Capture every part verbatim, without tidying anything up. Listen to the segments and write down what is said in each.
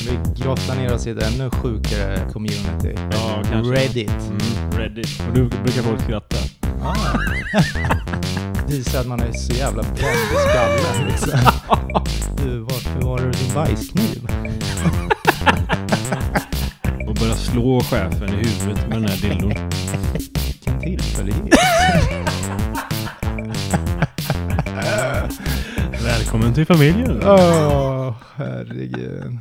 Vi grottar ner oss i ett ännu sjukare community. Ja, kanske. Reddit. Mm, Reddit. Och du brukar folk skratta. Ah. Visar att man är så jävla bränd i skallen. Liksom. Du, varför var det din bajskniv? Och börja slå chefen i huvudet med den här dildon. Vilken tillfällighet. Välkommen till familjen. Åh, oh, herregud.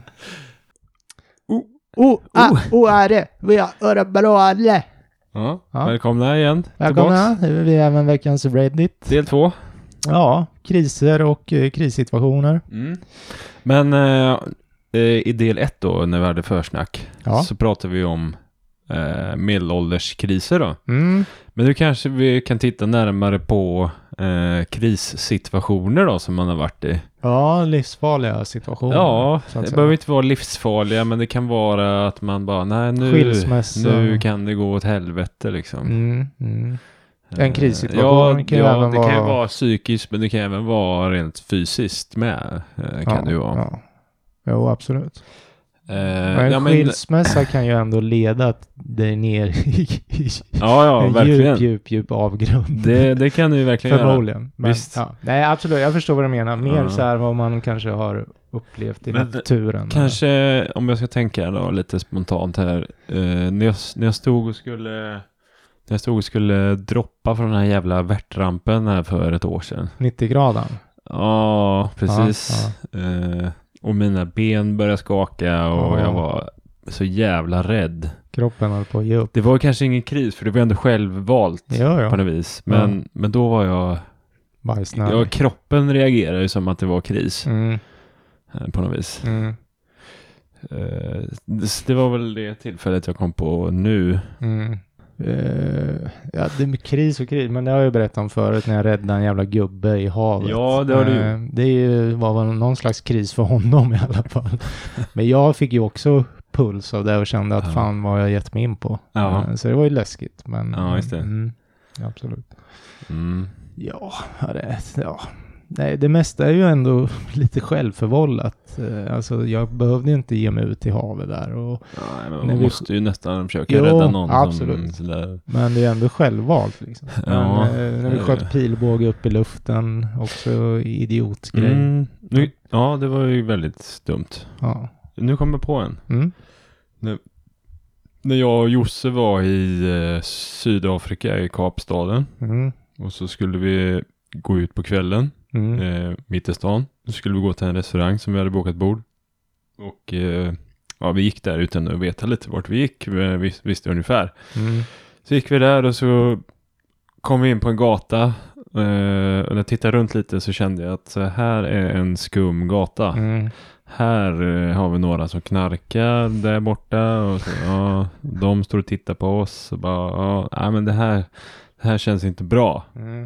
Oh, oh, ah, oh, är det? Vi har bra alla. Ja, Ja. välkomna igen. Välkomna. Vi är även veckans Reddit. Del två. Ja, kriser och eh, krissituationer. Mm. Men eh, i del ett då, när vi hade försnack, Ja. så pratade vi om eh, medelålderskriser då. Mm. Men nu kanske vi kan titta närmare på eh, krissituationer då som man har varit i. Ja, livsfarliga situationer. Ja, så att det säga. behöver inte vara livsfarliga, men det kan vara att man bara, nej nu, Skilsmässa. nu kan det gå åt helvete liksom. Mm, mm. En Eh, krissituation ja, kan ju ja, även det vara... kan ju vara psykiskt, men det kan även vara rent fysiskt med. Eh, kan ja, det ju vara. Ja. Jo, absolut. Eh, Men en ja, men, skilsmässa kan ju ändå leda dig ner i, i ja, ja, en verkligen. djup, djup, djup avgrund. Det, det kan du ju verkligen göra. Förmodligen. Men, Visst. ja. Nej, absolut. Jag förstår vad du menar. Mer Ja. så här vad man kanske har upplevt i Men naturen. Kanske, om jag ska tänka då lite spontant här. Eh, när, jag, när jag stod och skulle när jag stod och skulle droppa från den här jävla värtrampen här för ett år sedan. nittio grader. Ja, precis. Ja, Eh, och mina ben började skaka och Ja. jag var så jävla rädd. Kroppen höll på att ge upp. Det var kanske ingen kris, för det var ändå självvalt Ja, ja. på något vis. Men, Ja. men då var jag... Bajsnödig. Ja, kroppen reagerade ju som att det var kris. Mm, eh, På något vis. mm, Eh, det, det var väl det tillfället jag kom på nu. mm. Uh, ja, det är kris och kris, men det har jag ju berättat om förut när jag räddade en jävla gubbe i havet. Ja, det har du ju. Uh, det är ju, var väl någon slags kris för honom i alla fall. Men jag fick ju också puls av det och kände att Ja. fan vad jag gett mig in på. Ja. Uh, så det var ju läskigt. Men, Ja, just det. Mm, absolut. Mm. Ja, ja, det, ja. Nej, det mesta är ju ändå lite självförvållat. Uh, alltså jag behövde ju inte ge mig ut i havet där. Och, Nej, men När man vi- måste ju nästan försöka Jo, rädda någon. absolut. Som, sådär. men det är ändå självvalt liksom. Ja, Men, eh, när vi det- sköt pilbåge upp i luften, också idiotgrej. Mm. Nu, ja, det var ju väldigt dumt. Ja. Nu kommer jag på en. Mm. När jag och Josse var i eh, Sydafrika, i Kapstaden. Mm. Och så skulle vi gå ut på kvällen. Mm. Eh, mitt i stan. Så skulle vi gå till en restaurang som vi hade bokat bord. Och eh, ja, vi gick där utan att veta lite vart vi gick. Vi vis- visste ungefär. Mm. Så gick vi där och så kom vi in på en gata. Eh, och när jag tittade runt lite så kände jag att så här är en skum gata. Mm. Här eh, har vi några som knarkar där borta. Och så, ja, de står och tittar på oss. Och bara, ja, nej, men det här, det här känns inte bra. Mm.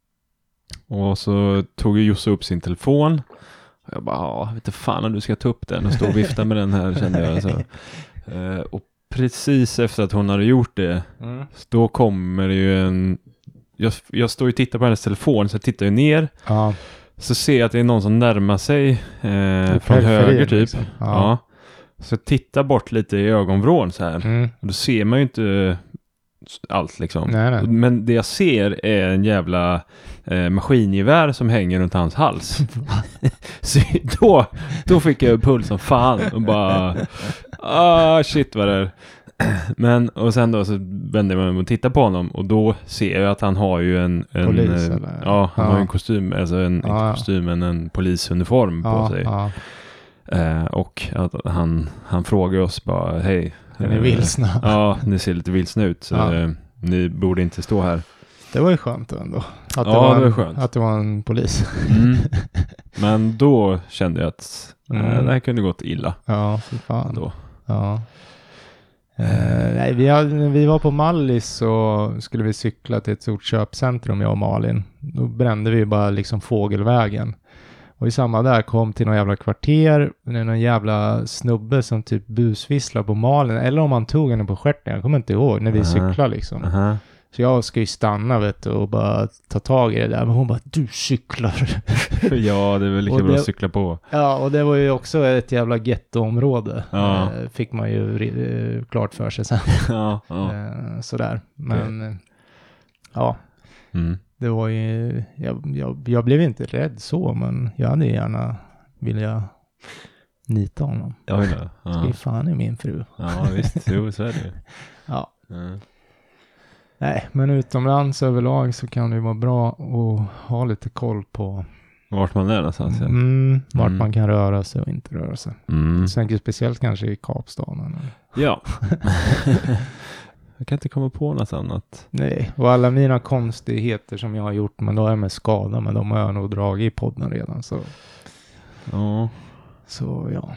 Och så tog ju Josse upp sin telefon. Och jag bara, ja, vet du fan om du ska ta upp den och stå och vifta med den här, kände jag. Så. Eh, och precis efter att hon hade gjort det, Mm. då kommer det ju en... Jag, jag står ju och tittar på hennes telefon, så jag tittar ju ner. Ja. Så ser jag att det är någon som närmar sig eh, från periferin, höger typ. liksom. Ja. Ja. Så jag tittar bort lite i ögonvrån så här. Mm. Och då ser man ju inte allt liksom. Nej, nej. Men det jag ser är en jävla eh, maskingevär som hänger runt hans hals. Så då, då fick jag puls som fan och bara ah shit vad det är. Men och sen då så vände jag mig och tittade på honom och då ser jag att han har ju en, en Polis, eh, eller? ja, han Ja. har ju en kostym, alltså en inte Ja. kostym men en polisuniform Ja, på sig. ja. Eh, och att han han frågar oss bara hej. Är ni eh, vilsna? Ja, ni ser lite vilsna ut så Ja. eh, ni borde inte stå här. Det var ju skönt ändå. Att, Ja, det, var det var en, skönt. att det var en polis. Mm. Men då kände jag att eh, Mm. det här kunde gått illa. Ja, för fan. Då. Ja. Eh, nej, vi, hade, när vi var på Mallis så skulle vi cykla till ett stort köpcentrum, jag och Malin. Då brände vi bara liksom fågelvägen. Och i samma där kom till någon jävla kvarter. Det är någon jävla snubbe som typ busvisslar på Malin. Eller om han tog henne på stjärten, jag kommer inte ihåg. När vi Aha. cyklade liksom. Aha. Så jag ska ju stanna vet du, och bara ta tag i det där. Men hon bara, du cyklar. Ja, det är väl lika Och bra det- att cykla på. Ja, och det var ju också ett jävla gettoområde. Ja. Eh, fick man ju eh, klart för sig sen. Ja, ja. Eh, sådär. Men eh, ja, Mm. det var ju, jag, jag, jag blev inte rädd så, men jag hade gärna vilja nita honom. Jag vill det. Ska Ja. ju fan i min fru. Ja, visst. Jo, så är det ju. Ja. Ja. Nej, men utomlands överlag så kan det ju vara bra att ha lite koll på Vart man är någonstans. Ja. mm, vart Mm. man kan röra sig och inte röra sig. Mm. Jag tänker speciellt kanske i Kapstaden. Eller? Ja. Jag kan inte komma på något annat. Nej, och alla mina konstigheter som jag har gjort, men då är jag med skada, men de har jag nog dragit i podden redan. Så, Ja. så ja.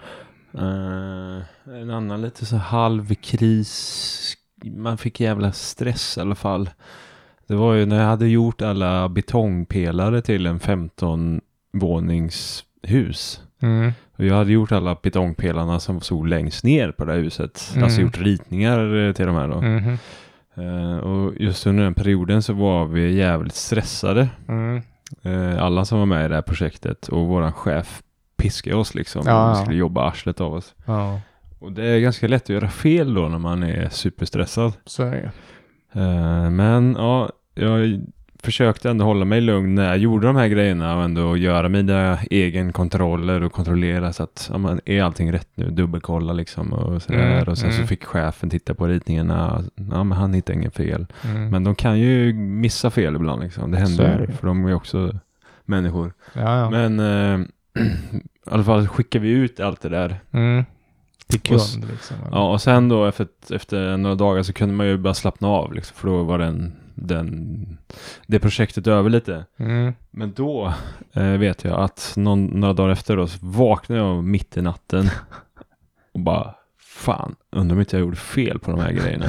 Uh, en annan lite så halvkris. Man fick jävla stress i alla fall. Det var ju när jag hade gjort alla betongpelare till en femton våningshus. Mm. Och jag hade gjort alla betongpelarna som stod längst ner på det här huset. Mm. Alltså gjort ritningar till de här då. Mhm. Uh, och just under den perioden så var vi jävligt stressade. Mm. Uh, alla som var med i det här projektet. Och våran chef piskade oss liksom. Ja, och ja. vi skulle jobba arslet av oss. Ja, Och det är ganska lätt att göra fel då när man är superstressad. så är det. Uh, men ja, jag försökte ändå hålla mig lugn när jag gjorde de här grejerna och ändå göra mina egen kontroller och kontrollera så att ja, man, är allting rätt nu, dubbelkolla liksom och sådär. Mm, och sen mm. så fick chefen titta på ritningarna, ja men han hittade ingen fel. Mm. Men de kan ju missa fel ibland liksom, det Så är händer det. för de är ju också människor. Ja, ja. Men uh, i alla fall skickar vi ut allt det där. Mm. Till Och s- kund liksom. eller? Ja, och sen då efter, efter några dagar så kunde man ju bara slappna av liksom, för då var den, den det projektet över lite. Mm. Men då eh, vet jag att någon, några dagar efter då så vaknade jag mitt i natten och bara fan, undrar om inte jag gjorde fel på de här grejerna.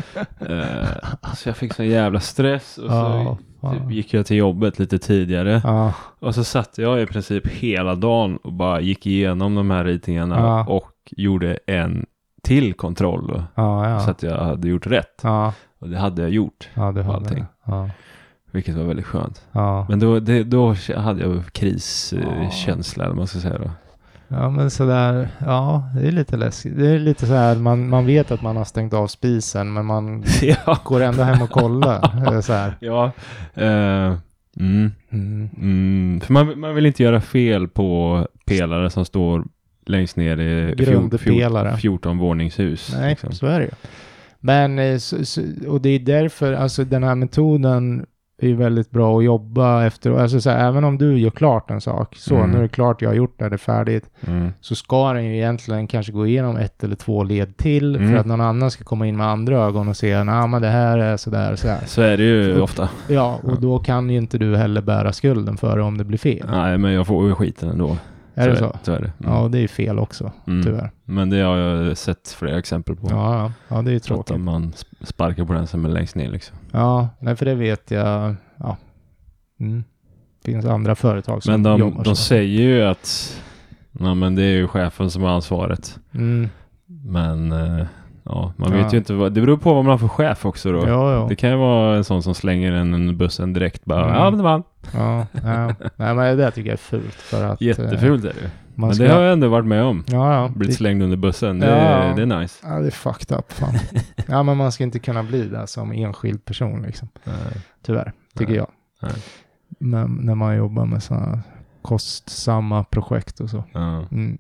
eh, så jag fick sån jävla stress och så Ja, typ, fan. gick jag till jobbet lite tidigare. Ja, Och så satt jag i princip hela dagen och bara gick igenom de här ritningarna Ja. och gjorde en till kontroll då, ja, ja. så att jag hade gjort rätt. Ja, Och det hade jag gjort, ja, du hade allting. det. Ja, vilket var väldigt skönt. ja. Men då, det, då hade jag Ja. kriskänsla, eller vad man ska säga då. Ja, men sådär, ja, det är lite läskigt. Det är lite så här, man, man vet att man har stängt av spisen, men man ja. går ändå hem och kollar. Eller så här. Ja. Uh, mm, Mm. mm. För man, man vill inte göra fel på pelare som står längst ner i Grundpelare. fjorton våningshus. Nej, liksom. så är det ju. Men, eh, så, så, och det är därför, alltså den här metoden är ju väldigt bra att jobba efter. Alltså så här, även om du gör klart en sak, så Mm. nu är det klart jag har gjort det, det är färdigt, Mm. så ska den ju egentligen kanske gå igenom ett eller två led till Mm. för att någon annan ska komma in med andra ögon och se, nej men det här är sådär, sådär. Så är det ju Så- ofta. Ja, och då kan ju inte du heller bära skulden för det om det blir fel. Nej, men jag får ju skiten ändå. Är det så? Så är det. Mm. Ja, och det är fel också, Mm. tyvärr. Men det har jag sett flera exempel på. Ja, ja, ja, det är ju Så att tråkigt. man sp- sparkar på den som är längst ner liksom. Ja, nej, för det vet jag. Ja. Mm. Det finns andra företag som Men de, jobbar de så. säger ju att ja, men det är ju chefen som har ansvaret. Mm. Men eh, ja, man Ja. vet ju inte vad, det beror på vad man har för chef också då. Ja, ja. Det kan ju vara en sån som slänger en, en bussen direkt bara, Mm. ja men det var han. Ja, ja. Nej, men det där tycker jag är fult. För att, eh, Jättefult är det ju. man Men ska... det har jag ändå varit med om. Ja, ja. Blivit Det... slängd under bussen, det, Ja. det är nice. Ja, det är fucked up. Fan. Ja, men man ska inte kunna bli det som enskild person liksom. Nej. Tyvärr, tycker Nej. jag. Nej. Men när man jobbar med sådana kostsamma projekt och så. Ja. Mm.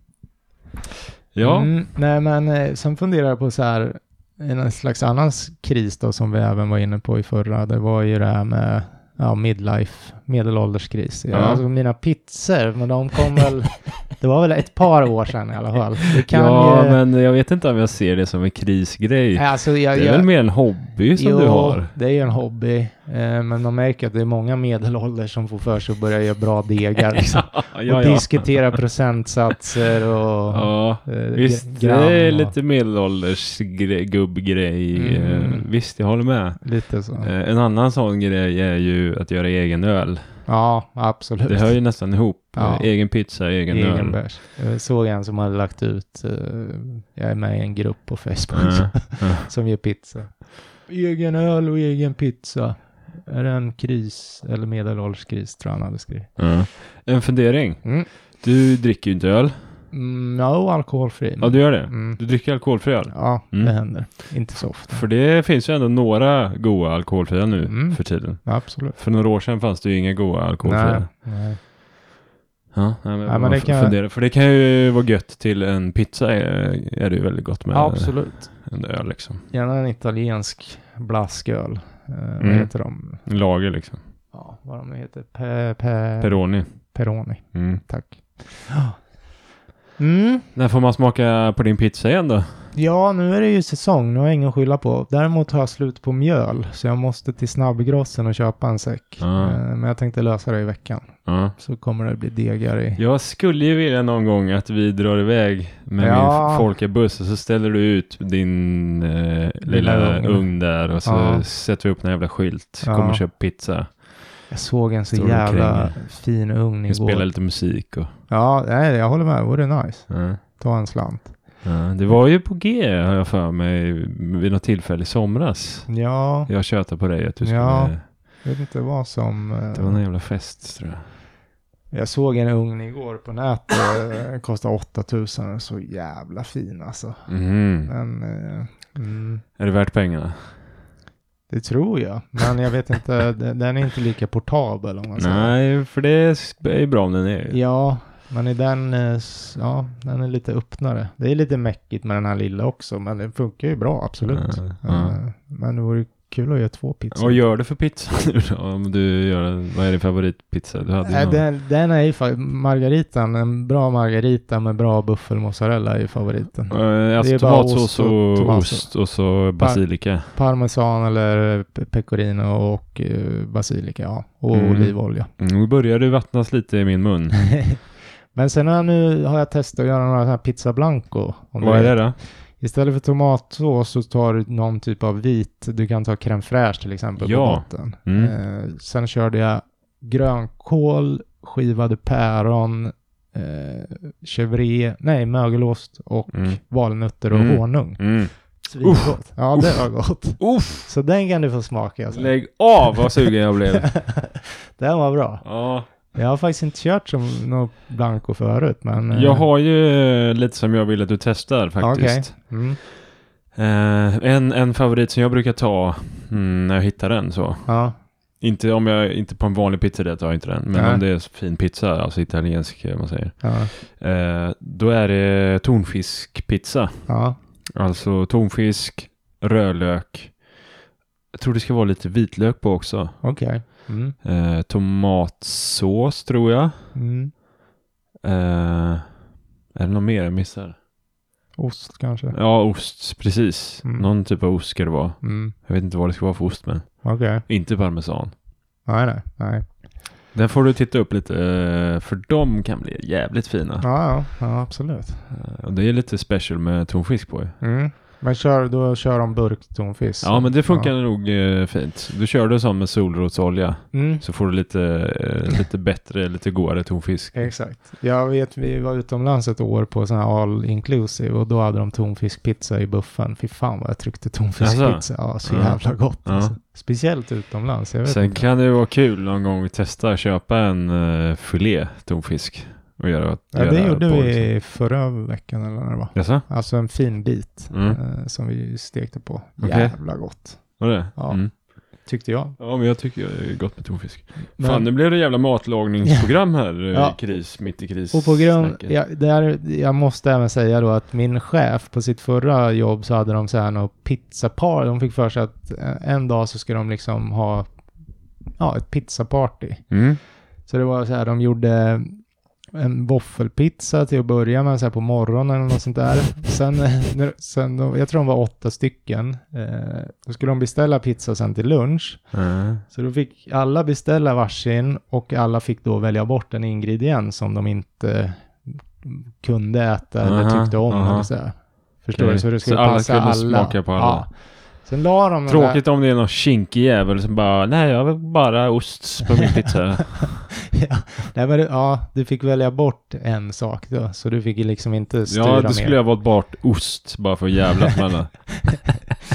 Ja. Mm, nej, men eh, sen funderar jag på så här, en slags annan kris då som vi även var inne på i förra. Det var ju det här med ja, midlife, medelålderskris. Ja. Ja. Alltså mina pizzor, men de kom väl, det var väl ett par år sedan i alla fall. Det kan ja, ju, men jag vet inte om jag ser det som en krisgrej. alltså, jag, Det är jag, väl mer en hobby som jo, du har? det är ju en hobby. Eh, men man märker att det är många medelålders som får för sig att börja göra bra degar. Liksom. ja, och ja. diskutera procentsatser och... Ja, eh, visst, g- det gram är och lite medelålders gre- gubbgrej. Mm. Eh, Visst, jag håller med. lite så. Eh, En annan sån grej är ju att göra egen öl. Ja, absolut. Det hör ju nästan ihop. Ja. Eh, Egen pizza, egen, Egen öl. bärs. Jag såg en som hade lagt ut, uh, jag är med i en grupp på Facebook Ja, ja. som gör pizza. egen öl och egen pizza. Är det en kris eller medelålderskris tror jag han hade skrivit. Ja. En fundering. Mm. Du dricker ju inte öl. Mm, ja, alkoholfri. Ja, du gör det. Mm. Du dricker alkoholfri öl. Ja, Mm. det händer. Inte så ofta. För det finns ju ändå några goda alkoholfria nu Mm. för tiden. Ja, absolut. För några år sedan fanns det ju inga goda alkoholfria. Nej, nej. Ja, nej, men, Ja, men det f- kan- fundera. För det kan ju vara gött till en pizza. Är, är det ju väldigt gott med Ja, absolut. en öl liksom. Gärna en italiensk blasköl. Uh, Vad Mm. heter de? En lager liksom. Ja, vad de nu heter. Pe, pe, Peroni. Peroni. Mm. Tack. Mm. När får man smaka på din pizza igen då? Ja, nu är det ju säsong. Nu har jag ingen att skylla på. Däremot har jag slut på mjöl. Så jag måste till snabbgrossen och köpa en säck. Ja. Eh, Men jag tänkte lösa det i veckan. Ja. Så kommer det bli degar i. Jag skulle ju vilja någon gång att vi drar iväg med Ja. min folkabuss och så ställer du ut din eh, lilla ugn. ugn där och så Ja. sätter vi upp en jävla skylt. Ja. Kommer och köpa pizza. Jag såg en så Står och jävla kränger. fin ugn Vi igår. spelar lite musik och... Ja, nej, jag håller med. Det vore nice. Ja. Ta en slant. Ja, det var ju på G har jag för mig vid något tillfälle i somras. Ja, Jag tjötade på dig att du skulle... Ja. jag vet inte vad som... eh, Det var en jävla fest tror jag. Jag såg en ugn igår på nätet. eh, Kostade åtta tusen. Så jävla fin alltså. Mhm. Men... eh, mm, Är det värt pengarna? det tror jag. Men jag vet inte. den den är inte lika portabel om man säger. Nej, för det är bra om den är. Ja, men i den... eh, s- Ja, den är lite öppnare. Det är lite mäckigt med den här lilla också. Men den funkar ju bra, absolut. Ja, ja. Eh, Men det vore kul att göra två pizzor. Vad gör du för pizza nu då? Om du gör en, vad är din favoritpizza? Du hade ju Nej, någon. den, den är ju fa- margaritan, en bra margarita med bra buffelmozzarella är ju favoriten. Eh, alltså det är bara tomatsås ost och och tomatsås. ost och så basilika. Parmesan eller pe- pecorino och eh, basilika, ja. Och Mm. olivolja. Mm, nu börjar det vattnas lite i min mun. Men sen har jag nu har jag testat att göra några här pizza blanco. Om du Vad är vet. det då? Istället för tomatsås så tar du någon typ av vit. Du kan ta crème fraîche till exempel på Ja. botten. Mm. Eh, sen körde jag grönkål, skivade päron, eh, chèvre, nej mögelost och Mm. valnötter och Mm. honung. Mm. Svingott. Ja, det var gott. Uff! Så den kan du få smaka. Alltså. Lägg av vad sugen jag blev. Den var bra. Ja. Jag har faktiskt inte kört som något blanco förut, men... eh, Jag har ju eh, lite som jag vill att du testar faktiskt. Okej. Mm. Eh, en, en favorit som jag brukar ta mm, när jag hittar den så. Ja. Inte om jag inte på en vanlig pizzeria tar jag inte den. Men Nej. om det är fin pizza, alltså italiensk man säger. Ja. Eh, då är det tonfiskpizza. Ja. Alltså tonfisk, rödlök. Jag tror det ska vara lite vitlök på också. Okej. Mm. Eh, tomatsås tror jag. Mm. Eh, är det något mer jag missar? Ost kanske. Ja, ost, precis. Mm. Någon typ av ost ska det vara. Mm. Jag vet inte vad det ska vara för ost, men Okej. inte parmesan. Nej, nej. Nej. Den får du titta upp lite, eh, för de kan bli jävligt fina. Ja, ja. Ja, absolut. Eh, Och det är lite special med tonfisk på. Mm. Men kör, då kör de burktonfisk. Ja, men det funkar Ja. nog eh, fint. Du kör det som med solrotsolja. Mm. Så får du lite, eh, lite bättre, lite godare tonfisk. Exakt. Jag vet, vi var utomlands ett år på sån här all inclusive och då hade de tonfiskpizza i buffen. Fy fan vad jag tryckte tonfiskpizza. Alltså? Ja, så Ja. jävla gott. Ja. Alltså. Speciellt utomlands. Jag vet Sen inte. kan det vara kul någon gång att testa köpa en uh, filé tonfisk och göra, Ja, göra det gjorde på, vi förra veckan eller när det var. Jaså? Alltså en fin bit Mm. eh, som vi stekte på. Okej. Jävla gott. Var det? Ja. Mm. Tyckte jag. Ja, men jag tycker det är gott med tonfisk. Men- Fan, nu blev det jävla matlagningsprogram här i Ja. kris, mitt i kris. Och på grund, snacket. ja, där, jag måste även säga då att min chef på sitt förra jobb så hade de så här något pizzapar. De fick för sig att eh, en dag så ska de liksom ha ja, ett pizzaparty. Mm. Så det var så här, de gjorde en våffelpizza till att börja med så här på morgonen eller något sånt där. Sen, när- sen de, jag tror de var åtta stycken. Eh, då skulle de beställa pizza sen till lunch. Ja. Så då fick alla beställa varsin och alla fick då välja bort en ingrediens som de inte kunde äta eller Aha, tyckte om. aha. Eller så här. Förstår Okej. du? Så det skulle Så alla passa kunde alla. smaka på alla. Ja. Sen la de den Tråkigt om det är någon kinkig jävel som bara, nej jag vill bara ost på min pizza. Där, ja. Nej, men du, ja, du fick välja bort en sak då. Så du fick ju liksom inte styra Ja, mer. det skulle jag valt bort ost bara för att jävla med alla. Ja,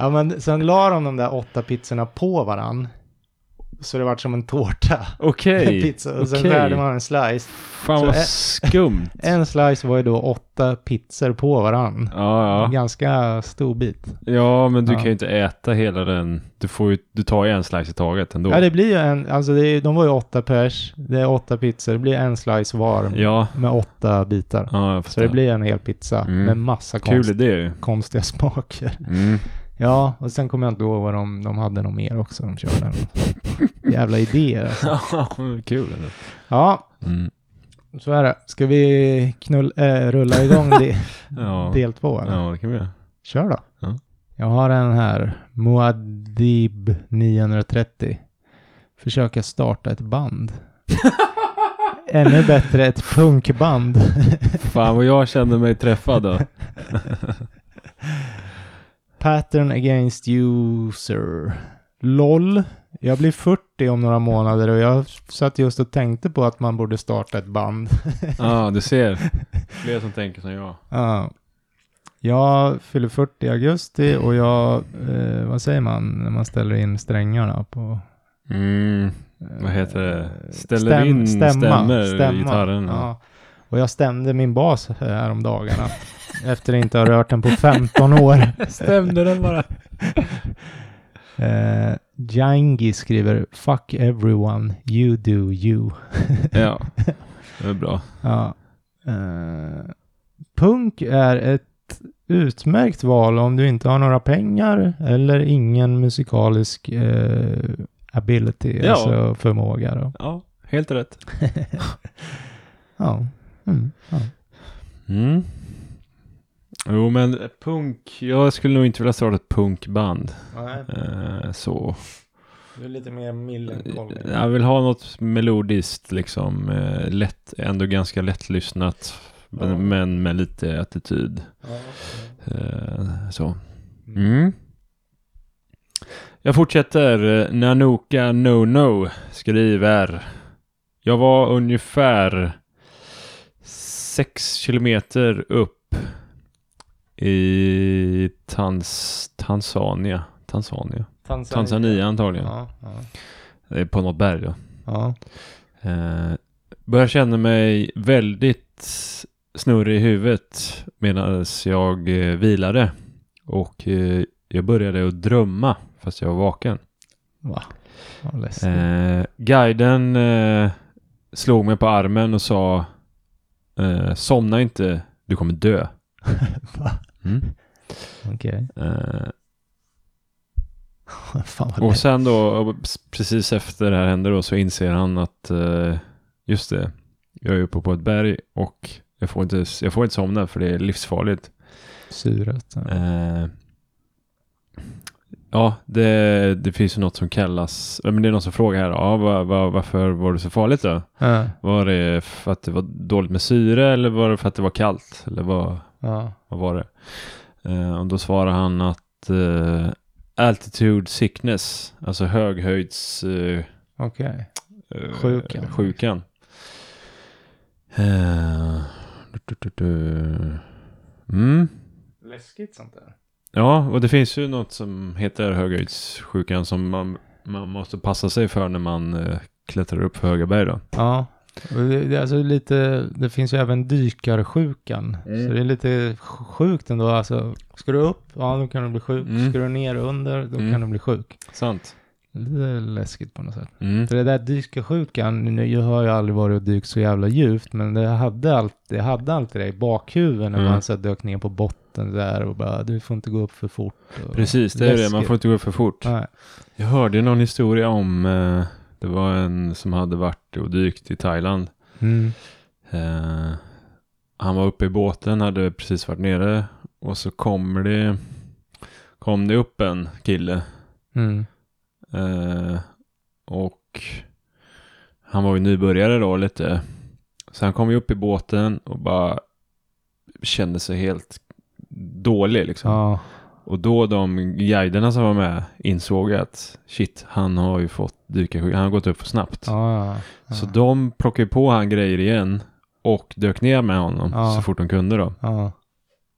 Ja, men sen la de de där åtta pizzorna på varann. Så det var som en tårta. Okej. Pizza. Och sen okej. skärde man en slice. Fan Så vad en- skumt. En slice var ju då åtta pizzor på varann. Ja, ja. En ganska stor bit. Ja, men du Ja. kan ju inte äta hela den. Du får ju, du tar ju en slice i taget ändå. Ja, det blir ju en, alltså det är, de var ju åtta pers. Det är åtta pizzor. Det blir en slice var Ja, med åtta bitar. ja jag Så fattar. det blir en hel pizza Mm. med massa Kul konst, idé ju. konstiga smaker. Mm. Ja, och sen kommer jag inte ihåg vad de, de hade något mer också. De körde. Jävla idéer alltså. Kul ändå. Ja, Mm. så är det. Ska vi knull, äh, rulla igång det, Ja. del två? Eller? Ja, det kan vi göra. Kör då. Ja. Jag har en här. Muad'Dib niohundratrettio. Försöka starta ett band. Ännu bättre ett punkband. Fan vad jag känner mig träffad då. Pattern against user. LOL. Jag blir fyrtio om några månader och jag satt just och tänkte på att man borde starta ett band. Ja, du ser. Fler som tänker som jag. Ja. Jag fyller fyrtio i augusti och jag, eh, vad säger man när man ställer in strängarna på... Mm. eh, Vad heter det? Ställer in stämmer i gitarren. Ja. Och jag stämde min bas här om dagarna efter att inte ha rört den på femton år. Stämde den bara? Eh, Jangi skriver fuck everyone, you do you. Ja, det är bra. Ja. Eh, punk är ett utmärkt val om du inte har några pengar eller ingen musikalisk eh, ability, Ja. alltså förmåga då. Ja, helt rätt. Ja. Mm. Ja. Mm. Jo, men punk. Jag skulle nog inte vilja starta ett punkband. Nej, Eh, så. du är lite mer millencolin. Jag vill ha något melodiskt liksom. Eh, lätt, ändå ganska lättlyssnat. Ja. Men, men med lite attityd. Ja. Eh, så. Mm. Jag fortsätter. Nanuka No No skriver. Jag var ungefär sex kilometer upp i Tans Tanzania. Tanzania. Tanzania. Tanzania antagligen. Ja, ja. Det är på något berg då. Ja. Eh, börjar känna mig väldigt snurrig i huvudet medan jag eh, vilade. Och eh, jag började att drömma fast jag var vaken. Va? Vad läskigt. Eh, guiden eh, slog mig på armen och sa eh, somna inte, du kommer dö. Va? Mm. Okej. Eh, Fan vad och läskigt. sen då, precis efter det här hände då, så inser han att eh, just det, jag är uppe på ett berg och jag får inte, jag får inte somna för det är livsfarligt. Syret. Ja. Eh, ja, det, det finns ju något som kallas, men det är någon som frågar här, ja, var, var, varför var det så farligt då? Ja. Var det för att det var dåligt med syre eller var det för att det var kallt? Eller vad, Ja. vad var det? Eh, och då svarar han att eh, altitude sickness, alltså höghöjds eh, Okej. eh, Sjukan. sjukan. Eh, du, du, du. Mm. Läskigt sånt där. Ja, och det finns ju något som heter höghöjdssjukan som man, man måste passa sig för när man eh, klättrar upp för höga berg då. Ja. Och det, det, är alltså lite, det finns ju även dykarsjukan. Mm. Så det är lite sjukt ändå. Alltså, ska du upp? Ja, då kan du bli sjuk. Mm. Ska du ner under? Då Mm. kan du bli sjuk. Sant. Det är läskigt på något sätt. Mm. För det där dykarsjukan, nu jag har ju aldrig varit och dykt så jävla djupt, men det hade alltid, jag hade alltid det i bakhuvudet när Mm. man så här dök ner på botten där och bara, du får inte gå upp för fort. Och Precis, det är det. Man läskigt. får inte gå för fort. Nej. Jag hörde någon historia om, eh, det var en som hade varit och dykt i Thailand. Mm. Eh, han var uppe i båten, hade precis varit nere och så kommer det, kom det upp en kille. Mm. Eh, och han var ju nybörjare då lite. Så han kom ju upp i båten och bara kände sig helt dålig liksom. Ja. Och då de guiderna som var med insåg att shit, han har ju fått dyka, han har gått upp för snabbt. Ja, ja, ja. Så de plockade på han grejer igen och dök ner med honom Ja. så fort de kunde då. Ja.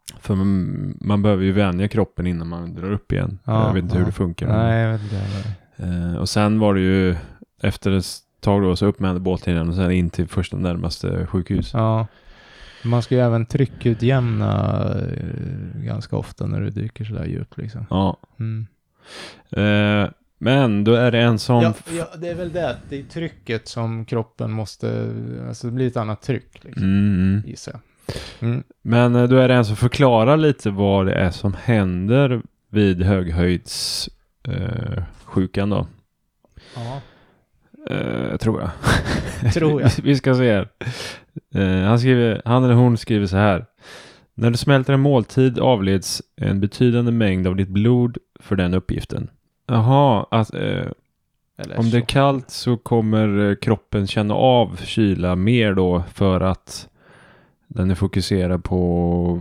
För man, man behöver ju vänja kroppen innan man drar upp igen. Ja, jag vet inte ja. hur det funkar. Nej, jag vet inte heller. Eh, och sen var det ju efter ett tag då så upp med båtlinjen och sen in till första närmaste sjukhus. Ja. Man ska ju även tryckutjämna eh, ganska ofta när du dyker sådär djupt liksom. Ja. Mm. Eh, men då är det en som... Ja, ja, det är väl det. Det är trycket som kroppen måste... Alltså det blir ett annat tryck liksom. Mm. Gissar jag. Mm. Men eh, då är det en som förklarar lite vad det är som händer vid höghöjds eh, sjukan då. Ja. Eh, tror jag. Tror jag. Vi ska se här. Eh, han, skriver, han eller hon skriver så här. När du smälter en måltid avleds en betydande mängd av ditt blod för den uppgiften. Jaha, att, eh, om det är kallt så kommer eh, kroppen känna av kyla mer då för att den är fokuserad på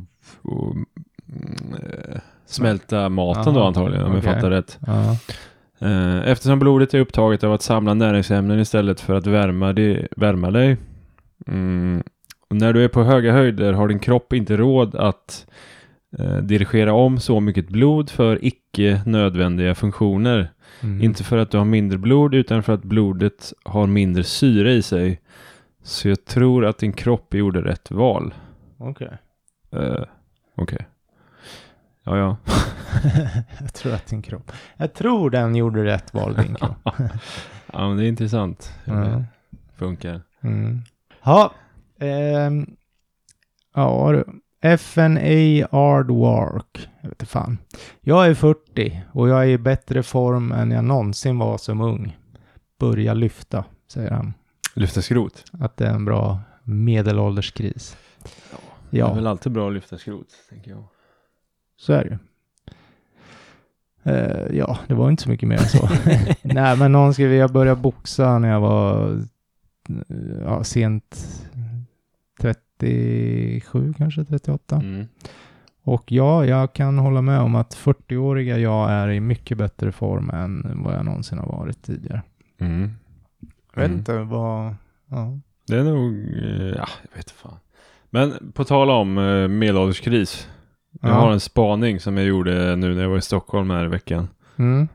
att smälta maten. Aha, då antagligen, om okay. jag fattar rätt. Ja. Eftersom blodet är upptaget av att samla näringsämnen istället för att värma, det, värma dig. Mm. Och när du är på höga höjder har din kropp inte råd att eh, dirigera om så mycket blod för icke nödvändiga funktioner. Mm. Inte för att du har mindre blod utan för att blodet har mindre syre i sig. Så jag tror att din kropp gjorde rätt val. Okej. Okay. Uh, Okej. Okay. Ja, ja. Jag tror att din kropp... Jag tror den gjorde rätt val, din kropp. Ja, men det är intressant hur mm. det funkar. Mm. Ja. Ehm, ja, du. F N A Hardwork. Jag vet inte fan. Jag är fyrtio och jag är i bättre form än jag någonsin var som ung. Börja lyfta, säger han. Lyfta skrot? Att det är en bra medelålderskris. Ja, ja. Det är väl alltid bra att lyfta skrot, tänker jag. Så är det ju. Uh, ja, det var inte så mycket mer än så. Nej, men någon skrev jag började boxa när jag var ja, sent trettiosju, kanske trettioåtta. Mm. Och ja, jag kan hålla med om att fyrtio-åriga jag är i mycket bättre form än vad jag någonsin har varit tidigare. Mm. Jag vet mm. inte vad... Ja. Det är nog... Ja, jag vet fan. Men på tal om uh, medelålderskris. Jag ja. har en spaning som jag gjorde nu när jag var i Stockholm här i veckan. Mm.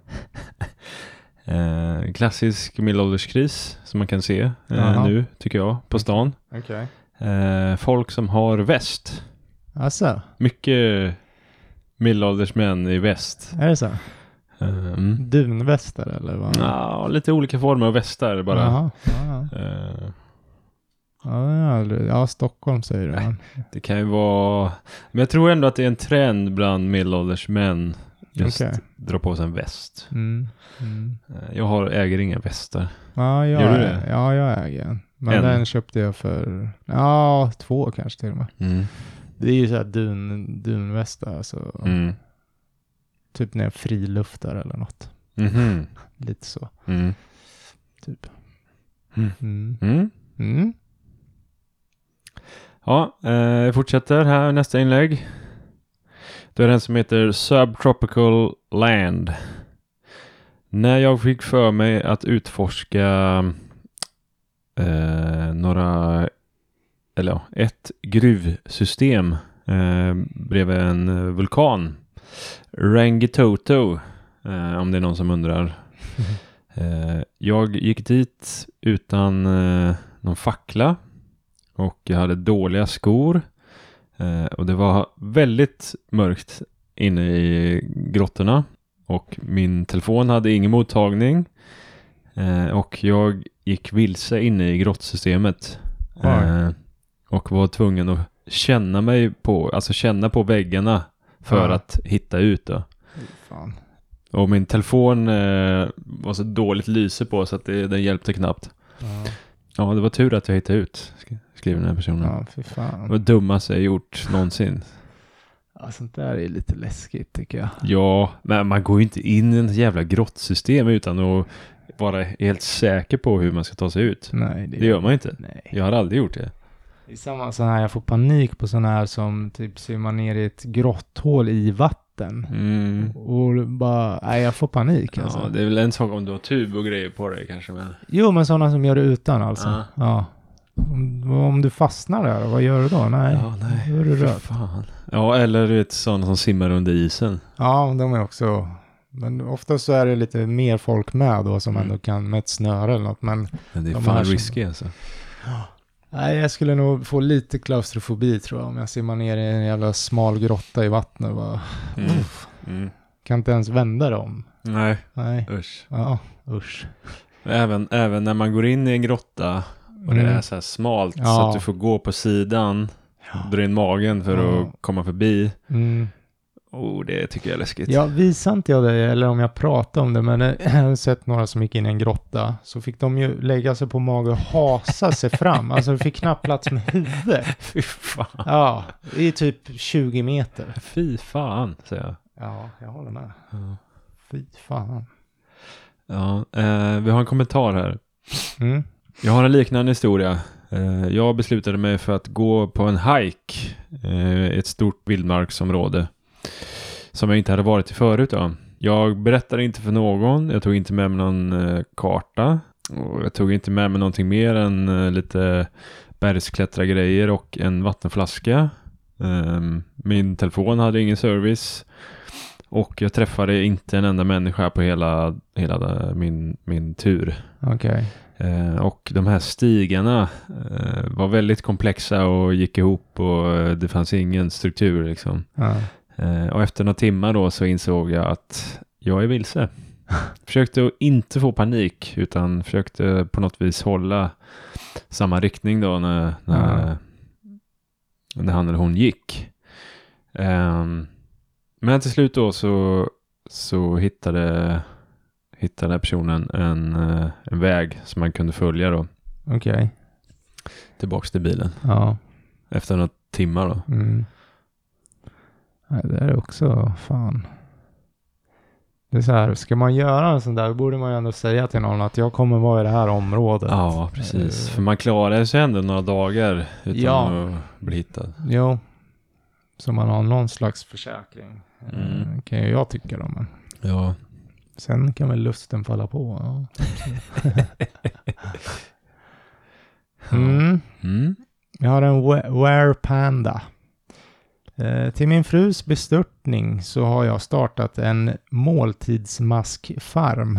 eh, klassisk medelålderskris som man kan se eh, nu, tycker jag, på stan. Okay. Eh, folk som har väst. Alltså. Mycket medelåldersmän i väst. Är det så? Mm. Dunvästar eller vad? Ja, lite olika former av västar bara. Aha. Aha. Eh, Ja, ja, Stockholm säger du. Nej, det kan ju vara... Men jag tror ändå att det är en trend bland medelålders män just okay. dra på sig en väst. Mm. Mm. Jag har, äger inga västar. Ja, jag, Gör du det? Ja, jag äger en. Men en. Den köpte jag för... Ja, två kanske till och med. Mm. Det är ju så här dun, dunvästar. Alltså, mm. Typ när jag friluftar eller något. Mm-hmm. Lite så. Mm. Typ. Mm. Mm. Mm. Mm. Ja, eh, jag fortsätter här nästa inlägg. Det är en som heter Subtropical Land. När jag fick för mig att utforska eh, några, eller ja, ett gruvsystem eh, bredvid en vulkan. Rangitoto, eh, om det är någon som undrar. eh, jag gick dit utan eh, någon fackla. Och jag hade dåliga skor. Eh, och det var väldigt mörkt inne i grottorna. Och min telefon hade ingen mottagning. Eh, och jag gick vilse inne i grottsystemet. Eh, och var tvungen att känna mig på, alltså känna på väggarna för ja. att hitta ut då. Fan. Och min telefon eh, var så dåligt lyse på så att det, den hjälpte knappt. Ja. Ja, det var tur att jag hittade ut, skriver den här personen. Ja, fy fan. Det var det dummaste jag gjort någonsin. Ja, sånt där är lite läskigt tycker jag. Ja, men man går ju inte in i en jävla grottsystem utan att vara helt säker på hur man ska ta sig ut. Nej, det, det gör man inte. Nej. Jag har aldrig gjort det. Det är samma sån här, jag får panik på sån här som typ simmar ner i ett grotthål i vatten. Mm. Och bara, nej jag får panik alltså. Ja, det är väl en sak om du har tub och grejer på dig kanske. Men... Jo, men sådana som gör det utan alltså. Uh. Ja. Om, om du fastnar där, vad gör du då? Nej, Ja, nej. då är du Fy röd. fan. Ja, eller du vet sådana som simmar under isen. Ja, de är också... Men ofta så är det lite mer folk med då som Mm. ändå kan med ett snöre eller något. Men Men det är De fan här som- risky alltså. nej, jag skulle nog få lite klaustrofobi tror jag. Om jag simmar ner i en jävla smal grotta i vattnet. Bara, Mm. uff, Mm. kan inte ens vända dem. Nej, Nej, usch. ja, usch. Även, även när man går in i en grotta och det Mm. är så här smalt så Ja. att du får gå på sidan, Ja. dra in magen för Ja. att komma förbi. Mm. Oh, det tycker jag är läskigt. Ja, visade inte jag det, eller om jag pratade om det, men jag har sett några som gick in i en grotta, så fick de ju lägga sig på mage och hasa sig fram. Alltså, de fick knappt plats med huvudet. Fy fan. Ja, i typ tjugo meter. Fy fan, säger jag. Ja, jag håller med. Ja. Fy fan. Ja, eh, vi har en kommentar här. Mm. Jag har en liknande historia. Eh, jag beslutade mig för att gå på en hike eh, i ett stort vildmarksområde som jag inte hade varit i förut. Då. Jag berättade inte för någon. Jag tog inte med mig någon eh, karta. Och jag tog inte med mig någonting mer än eh, lite bergsklättrargrejer och en vattenflaska. Eh, min telefon hade ingen service. Och jag träffade inte en enda människa på hela, hela min, min tur. Okej. Eh, och de här stigarna eh, var väldigt komplexa och gick ihop och eh, det fanns ingen struktur liksom. Ja. Eh, och efter några timmar då så insåg jag att jag är vilse. Försökte att inte få panik utan försökte på något vis hålla samma riktning då när, när, Ja. när han eller hon gick. Eh, men till slut då så, så hittade hittade personen en, en väg som man kunde följa då. Okej. Tillbaks till bilen. Ja. Efter några timmar då. Mm. Nej, det är också fan. Det är så här, ska man göra en sån där borde man ju ändå säga till någon att jag kommer vara i det här området. Ja, precis. Eh, För man klarar sig ändå några dagar utan Ja. att bli hittad. Jo. Så man har någon slags försäkring. Mm. Eh, kan ju jag tycka då, men Ja. sen kan väl lusten falla på. Ja. Mm. Mm. Jag har en we- Wear Panda. Eh, till min frus bestörtning så har jag startat en måltidsmaskfarm.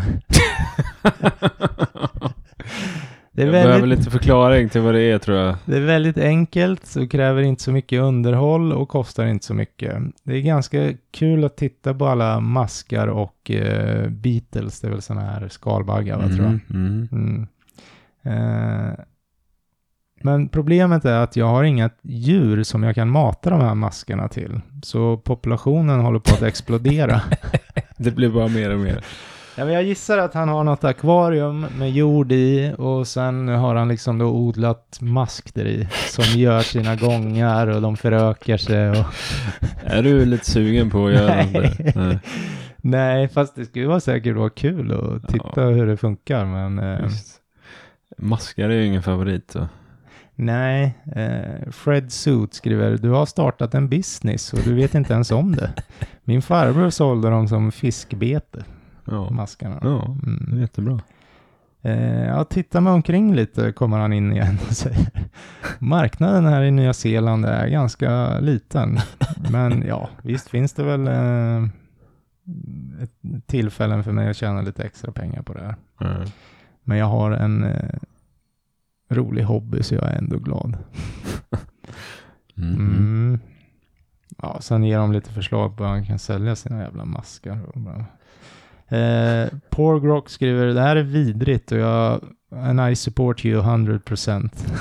Det är, Jag behöver väldigt, lite förklaring till vad det är tror jag. det är väldigt enkelt och kräver inte så mycket underhåll och kostar inte så mycket. Det är ganska kul att titta på alla maskar och eh, beetles, det är väl sådana här skalbaggar, vad tror jag. Mm. Mm. Eh, men problemet är att jag har inga djur som jag kan mata de här maskarna till. Så populationen håller på att explodera. Det blir bara mer och mer. Ja, men jag gissar att han har något akvarium med jord i och sen har han liksom då odlat mask där i som gör sina gångar och de förökar sig. Och... Är du lite sugen på att göra Nej. det? Nej. Nej, fast det skulle vara säkert vara kul att titta Ja. hur det funkar. Men eh, Just. Maskar är ju ingen favorit så. nej, eh, Fred Suit skriver, du har startat en business och du vet inte ens om det. Min farbror sålde dem som fiskbete, Ja, maskarna. ja det är Mm. jättebra. Eh, ja, titta mig omkring lite kommer han in igen och säger. Marknaden här i Nya Zeeland är ganska liten. Men ja, visst finns det väl eh, ett tillfällen för mig att tjäna lite extra pengar på det här. Mm. Men jag har en eh, rolig hobby så jag är ändå glad. Mm. Mm. Ja, sen ger de lite förslag på hur man kan sälja sina jävla maskar. Eh, Porgrock skriver, det här är vidrigt och jag and I support you hundra procent.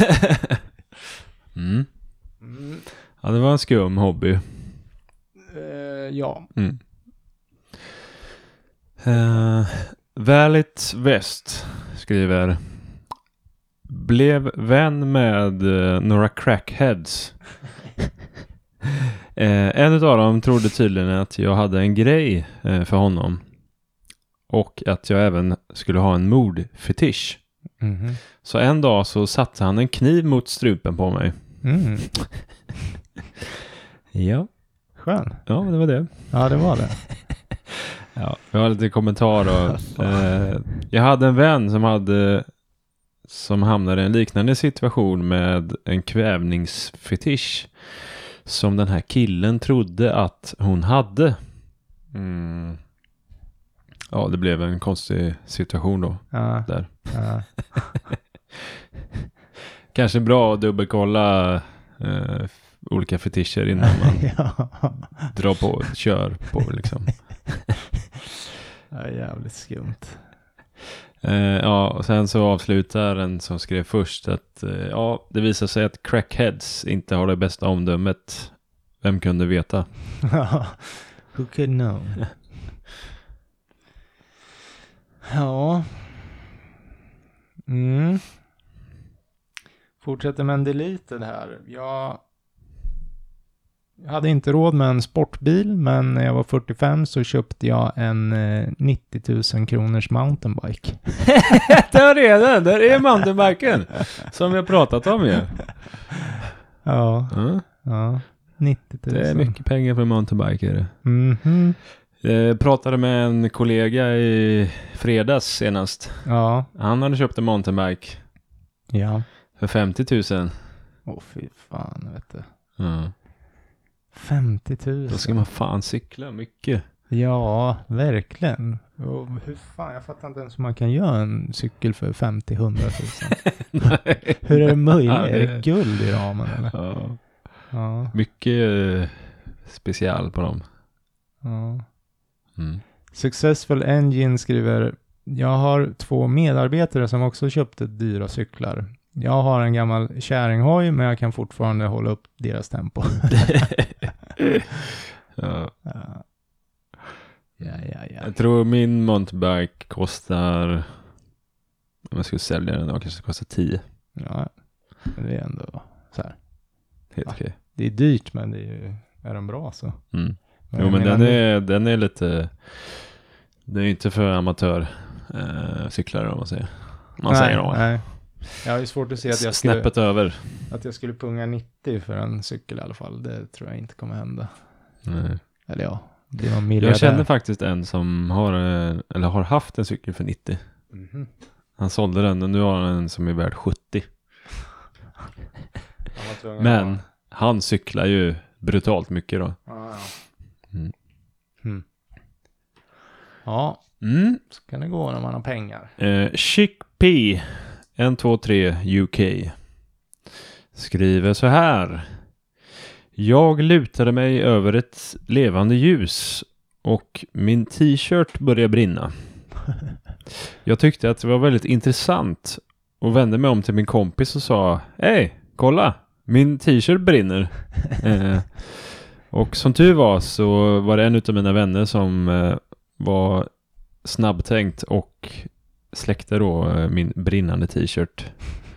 mm. Ja, det var en skum hobby. eh, ja. Mm. Uh, Valet West skriver, blev vän med uh, några crackheads. uh, en av dem trodde tydligen att jag hade en grej uh, för honom och att jag även skulle ha en mordfetisch. Mm-hmm. Så en dag så satte han en kniv mot strupen på mig. Mm. Ja, Skön. ja det var det. Ja, det var det. Ja, jag har lite kommentarer. eh, jag hade en vän som hade som hamnar i en liknande situation med en kvävningsfetisch som den här killen trodde att hon hade. Mm. Ja, det blev en konstig situation då. Ja. Där. Ja. Kanske bra att dubbelkolla eh, olika fetischer innan man Ja. drar på, kör på liksom. Ja, jävligt skumt. Eh, ja, och sen så avslutar den som skrev först att eh, ja, det visar sig att crackheads inte har det bästa omdömet. Vem kunde veta? Who could know? Ja. Mm. Fortsätter med en deleted här. Jag Jag hade inte råd med en sportbil, men när jag var fyrtiofem så köpte jag en eh, nittio tusen kronors mountainbike. Där är den, där är mountainbiken som vi har pratat om ju. Ja, Mm. ja, nittio tusen. Det är mycket pengar för en mountainbike är det. Mhm. Jag pratade med en kollega i fredags senast. Ja, Han hade köpt en mountainbike ja. för femtio tusen. Åh oh, fy fan, vet du. Mm. femtio tusen. Då ska man fan cykla mycket. Ja, verkligen. Och hur fan, jag fattar inte ens hur man kan göra en cykel för femtio till hundra tusen. Hur är det möjligt? Ja, det... Är det guld i ramen eller? Ja. Ja. Mycket eh, special på dem. Ja. Mm. Successful Engine skriver: jag har två medarbetare som också köpte dyra cyklar. Jag har en gammal kärringhoj, men jag kan fortfarande hålla upp deras tempo. Ja. Ja. Ja, ja, ja. Jag tror min mountainbike kostar, om jag skulle sälja den då, kanske det kostar tio. Ja, men det är ändå så här. Helt Ja. okej. Det är dyrt, men det är ju, är den bra så. Mm. Men Jo, jag men menar den nu- är, den är lite, det är ju inte för amatör eh, cyklare om man säger. Man nej, säger då. nej. Jag har ju svårt att se att jag, skulle, Snäppet över. att jag skulle punga nittio för en cykel i alla fall. Det tror jag inte kommer hända. Nej. Eller ja, det är någon miljardär. Jag känner faktiskt en som har, eh, eller har haft en cykel för nittio. Mhm. Han sålde den och nu har han en som är värd sjuttio. Han var tvungen Men att- han cyklar ju brutalt mycket då. Ja, ja. Mm. Mm. Ja, Mm. så kan det gå när man har pengar. Eh, Chic P ett två tre U K skriver så här: jag lutade mig över ett levande ljus och min t-shirt började brinna. Jag tyckte att det var väldigt intressant och vände mig om till min kompis och sa: hej, kolla, min t-shirt brinner. eh, och som tur var så var det en av mina vänner som eh, var snabbtänkt och släckte då eh, min brinnande t-shirt.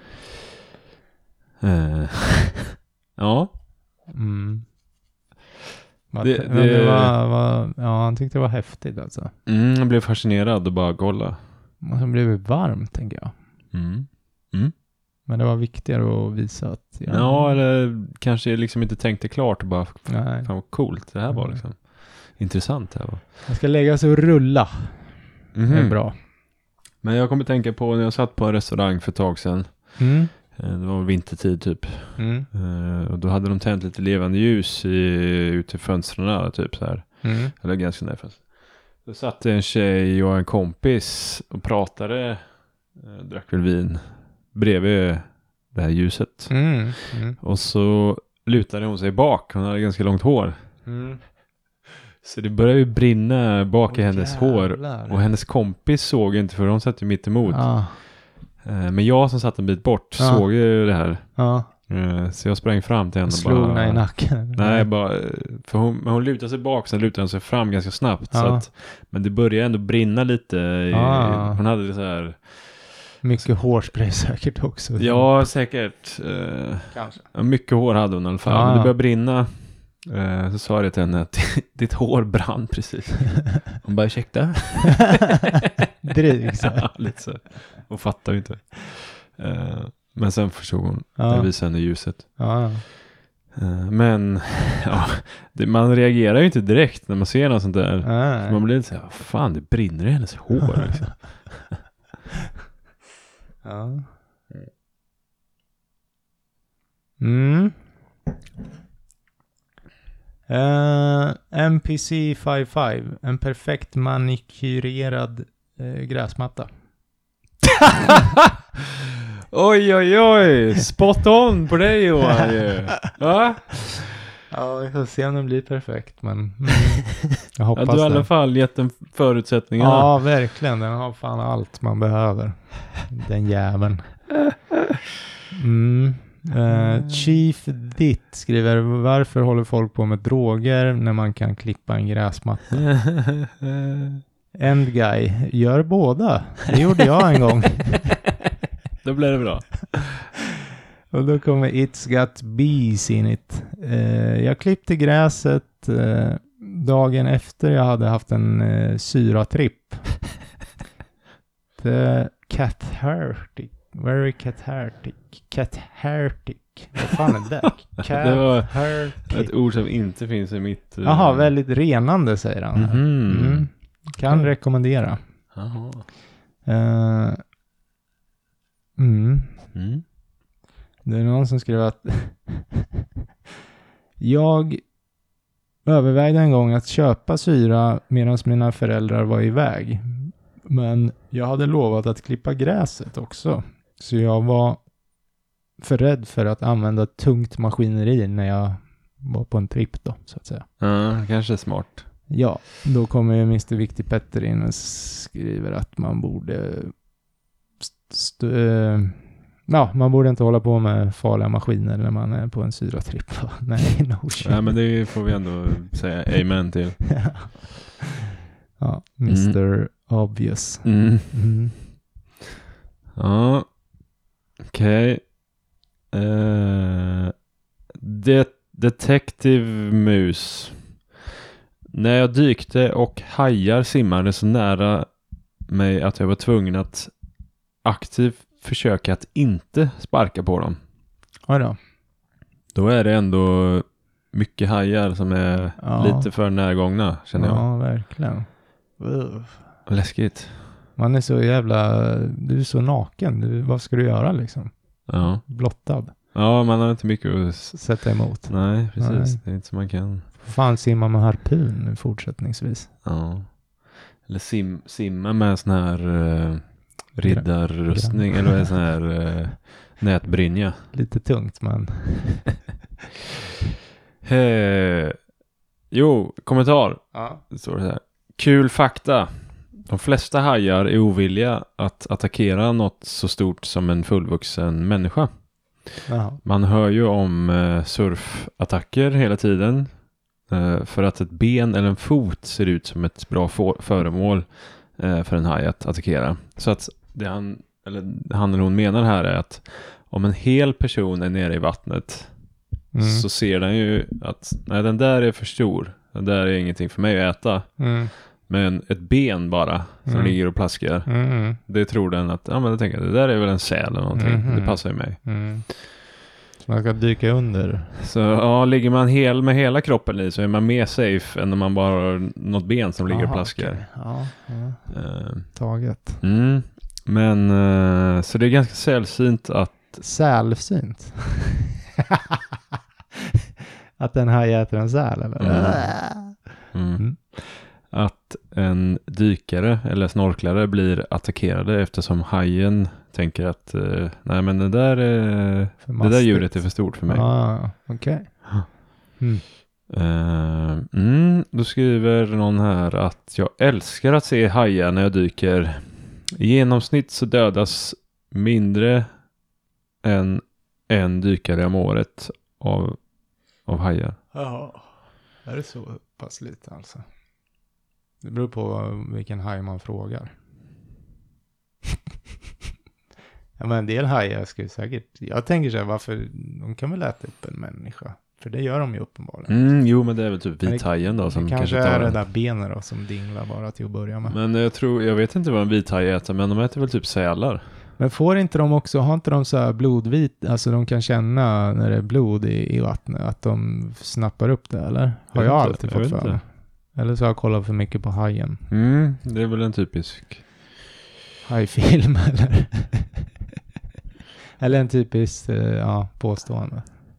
Eh, ja. Mm. Vad- Det- men det det- var, var, ja, han tyckte det var häftigt alltså. Mm, jag blev fascinerad och bara kolla. Och sen blev det varmt, tänker jag. Mm. Men det var viktigare att visa att... Ja, eller kanske jag liksom inte tänkte klart och bara, Nej. fan vad coolt det här var Mm. liksom. Intressant det här var. Jag ska lägga sig och rulla. Mhm. Det är bra. Men jag kommer tänka på när jag satt på en restaurang för ett tag sedan. Mm. Eh, Det var vintertid typ. Mm. Eh, Och då hade de tänt lite levande ljus i, ute i fönstren typ så här. Mm. Eller ganska nära fönstret. Då satt en tjej och en kompis och pratade, eh, drack väl vin bredvid det här ljuset. Mm. Mm. Och så lutade hon sig bak. Hon hade ganska långt hår. Mm. Så det började ju brinna bak i Åh, hennes hår. jävlar. Och hennes kompis såg inte, för de satt ju mitt emot. Ja. Eh, Men jag som satt en bit bort Ja. såg ju det här. Ja. Eh, Så jag sprang fram till henne och Slog bara... henne i nacken. Nej, bara... För hon, men hon lutade sig bak, sen lutade hon sig fram ganska snabbt. Så Ja. att, men det började ändå brinna lite. I, Ah. Hon hade det så här... Mycket hårspray säkert också. Ja, säkert. Eh, Kanske. ja, mycket hår hade hon i alla fall. Ja, Men det ja. började brinna. Eh, så sa jag till henne att ditt hår brann precis. Hon bara, ursäkta? Dryg så. Ja, lite så. Hon fattar ju inte. Eh, men sen förstod hon. Ja. Jag visade henne ljuset. Ja, ja. Eh, men ja, det, man reagerar ju inte direkt när man ser något sånt där. Nej. Man blir lite så här, vad fan, det brinner i hennes hår. Liksom. Ja. Mm. Uh, M P C femtiofem. En perfekt manikyrerad uh, gräsmatta. Oj, oj, oj. Spot on på dig, Johan. ju. Va? Ja, vi får se om den blir perfekt, men mm, jag hoppas Ja, du har i alla det. fall gett den förutsättningarna. Ja, verkligen. Den har fan allt man behöver. Den jäveln. Mm. Uh, Chief Ditt skriver: varför håller folk på med droger när man kan klippa en gräsmatta? End guy: gör båda. Det gjorde jag en gång. Då blir det bra. Och då kommer It's Got Bees in it. Uh, jag klippte gräset uh, dagen efter jag hade haft en uh, syratripp. The cathartic. Very cathartic. Cathartic. Vad fan är det? Det var Cathartic. ett ord som inte finns i mitt... Uh... Jaha, väldigt renande säger han. Mhm. Mm. Kan Okej. rekommendera. Jaha. Uh, mm. Mm. Det är någon som skrev att jag övervägde en gång att köpa syra medan mina föräldrar var iväg. Men jag hade lovat att klippa gräset också. Så jag var för rädd för att använda tungt maskineri när jag var på en tripp då, så att säga. Ja, kanske smart. Ja, då kommer ju mister Viktig Petter in och skriver att man borde st- äh, ja, man borde inte hålla på med farliga maskiner när man är på en syratripp. Nej, no shit. Nej, men det får vi ändå säga amen till. Ja, mister Mm. Obvious. Mm. Mm. Ja, okej. Okay. Uh, det Detective Mus. När jag dykte och hajar simmade så nära mig att jag var tvungen att aktivt försöka att inte sparka på dem. Ja då. Då är det ändå mycket hajar som är Ja. lite för närgångna, känner jag. Ja, verkligen. Uh. Läskigt. Man är så jävla... Du är så naken. Du, vad ska du göra liksom? Ja. Blottad. Ja, man har inte mycket att... Sätta emot. Nej, precis. Nej. Det är inte så man kan... Fan, simma med harpun nu fortsättningsvis. Ja. Eller sim, simma med sån här uh, riddarrustning. Eller en sån här uh, nätbrynja. Lite tungt, men... Hey. Jo, kommentar. Ja. Det står så här. Kul fakta. De flesta hajar är ovilliga att attackera något så stort som en fullvuxen människa. Jaha. Man hör ju om eh, surfattacker hela tiden. Eh, för att ett ben eller en fot ser ut som ett bra få- föremål eh, för en haj att attackera. Så att det han, eller han eller hon menar här är att om en hel person är nere i vattnet Mm. så ser den ju att nej, den där är för stor. Den där är ingenting för mig att äta. Mm. Men ett ben bara som Mm. ligger och plaskar. Mm. Det tror den att, ja men jag tänker, det där är väl en säl eller någonting. Mhm. Det passar ju mig. Mm. Så man ska dyka under. Så ja, ligger man hel med hela kroppen i så är man mer safe än när man bara har något ben som ligger och Aha, plaskar. okej. Ja, ja. Eh, Taget. mm. Men eh, så det är ganska sällsynt att Sälsynt. Att en haj äter en säl, eller? Mm. mm, Mm. att en dykare eller snorklare blir attackerade eftersom hajen tänker att eh, nej men det där, eh, För det där mastigt. djuret är för stort för mig. Ah, okej. Mm. Uh, mm, då skriver någon här att jag älskar att se hajar när jag dyker. I genomsnitt så dödas mindre än en dykare om året av, av hajar. Ja, är det så pass lite alltså? Det beror på vilken haj man frågar. Ja, men en del hajar skulle säkert... Jag tänker så här, varför... De kan väl äta upp en människa? För det gör de ju uppenbarligen. Mm, jo, men det är väl typ Men det- vithajen då som det kanske, kanske är tar det den. där benet då som dinglar bara till att börja med. Men, Men jag tror, jag vet inte vad en vithaj äter, men de äter väl typ sälar. får inte de också... Har inte de så här blodvit... Alltså de kan känna när det är blod i, i vattnet. Att de snappar upp det, eller? Har Jag jag, vet inte, alltid jag fått vet för mig. Eller så har jag kollat för mycket på hajen. Mm, det är väl en typisk. Hajfilm eller? Eller en typisk eh, ja, påstående.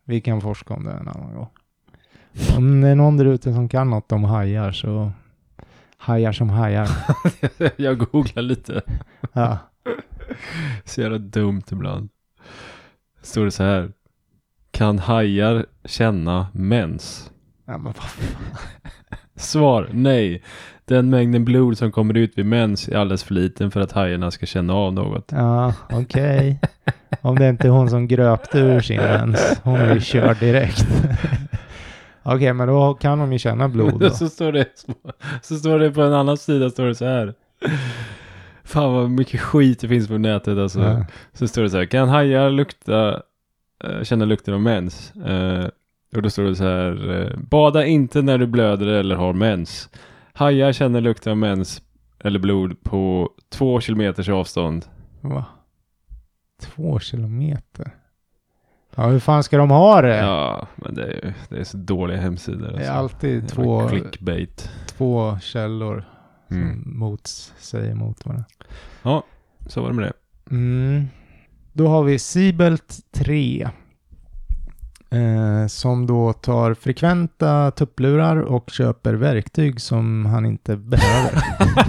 Vi kan forska om det en annan gång. Om det är någon där ute som kan något om hajar så hajar som hajar. Jag googlar lite. Ja. Så jävla dumt ibland. Står det så här. Kan hajar känna mens? Ja, men vad fan. Svar, nej. Den mängden blod som kommer ut vid mens är alldeles för liten för att hajarna ska känna av något. Ja, okej. Okay. Om det inte är hon som gröpte ur sin mens. Hon är ju körd direkt. Okej, okay, men då kan de ju känna blod då. så, står det, så står det på en annan sida står det så här. Fan vad mycket skit det finns på nätet alltså. Ja. Så står det så här. Kan hajar lukta, äh, känna lukten av mens? Äh, och då står det så här. Äh, bada inte när du blöder eller har mens. Hajar känner lukten av mens eller blod på två kilometers avstånd. Va? Två kilometer? Ja, hur fan ska de ha det? Ja, men det är, det är så dåliga hemsidor. Alltså. Det är alltid två, clickbait. Två källor som mm. mot, säger mot varandra. Ja, så var det med det. Mm. Då har vi Siebelt tre. Eh, som då tar frekventa tupplurar och köper verktyg som han inte behöver.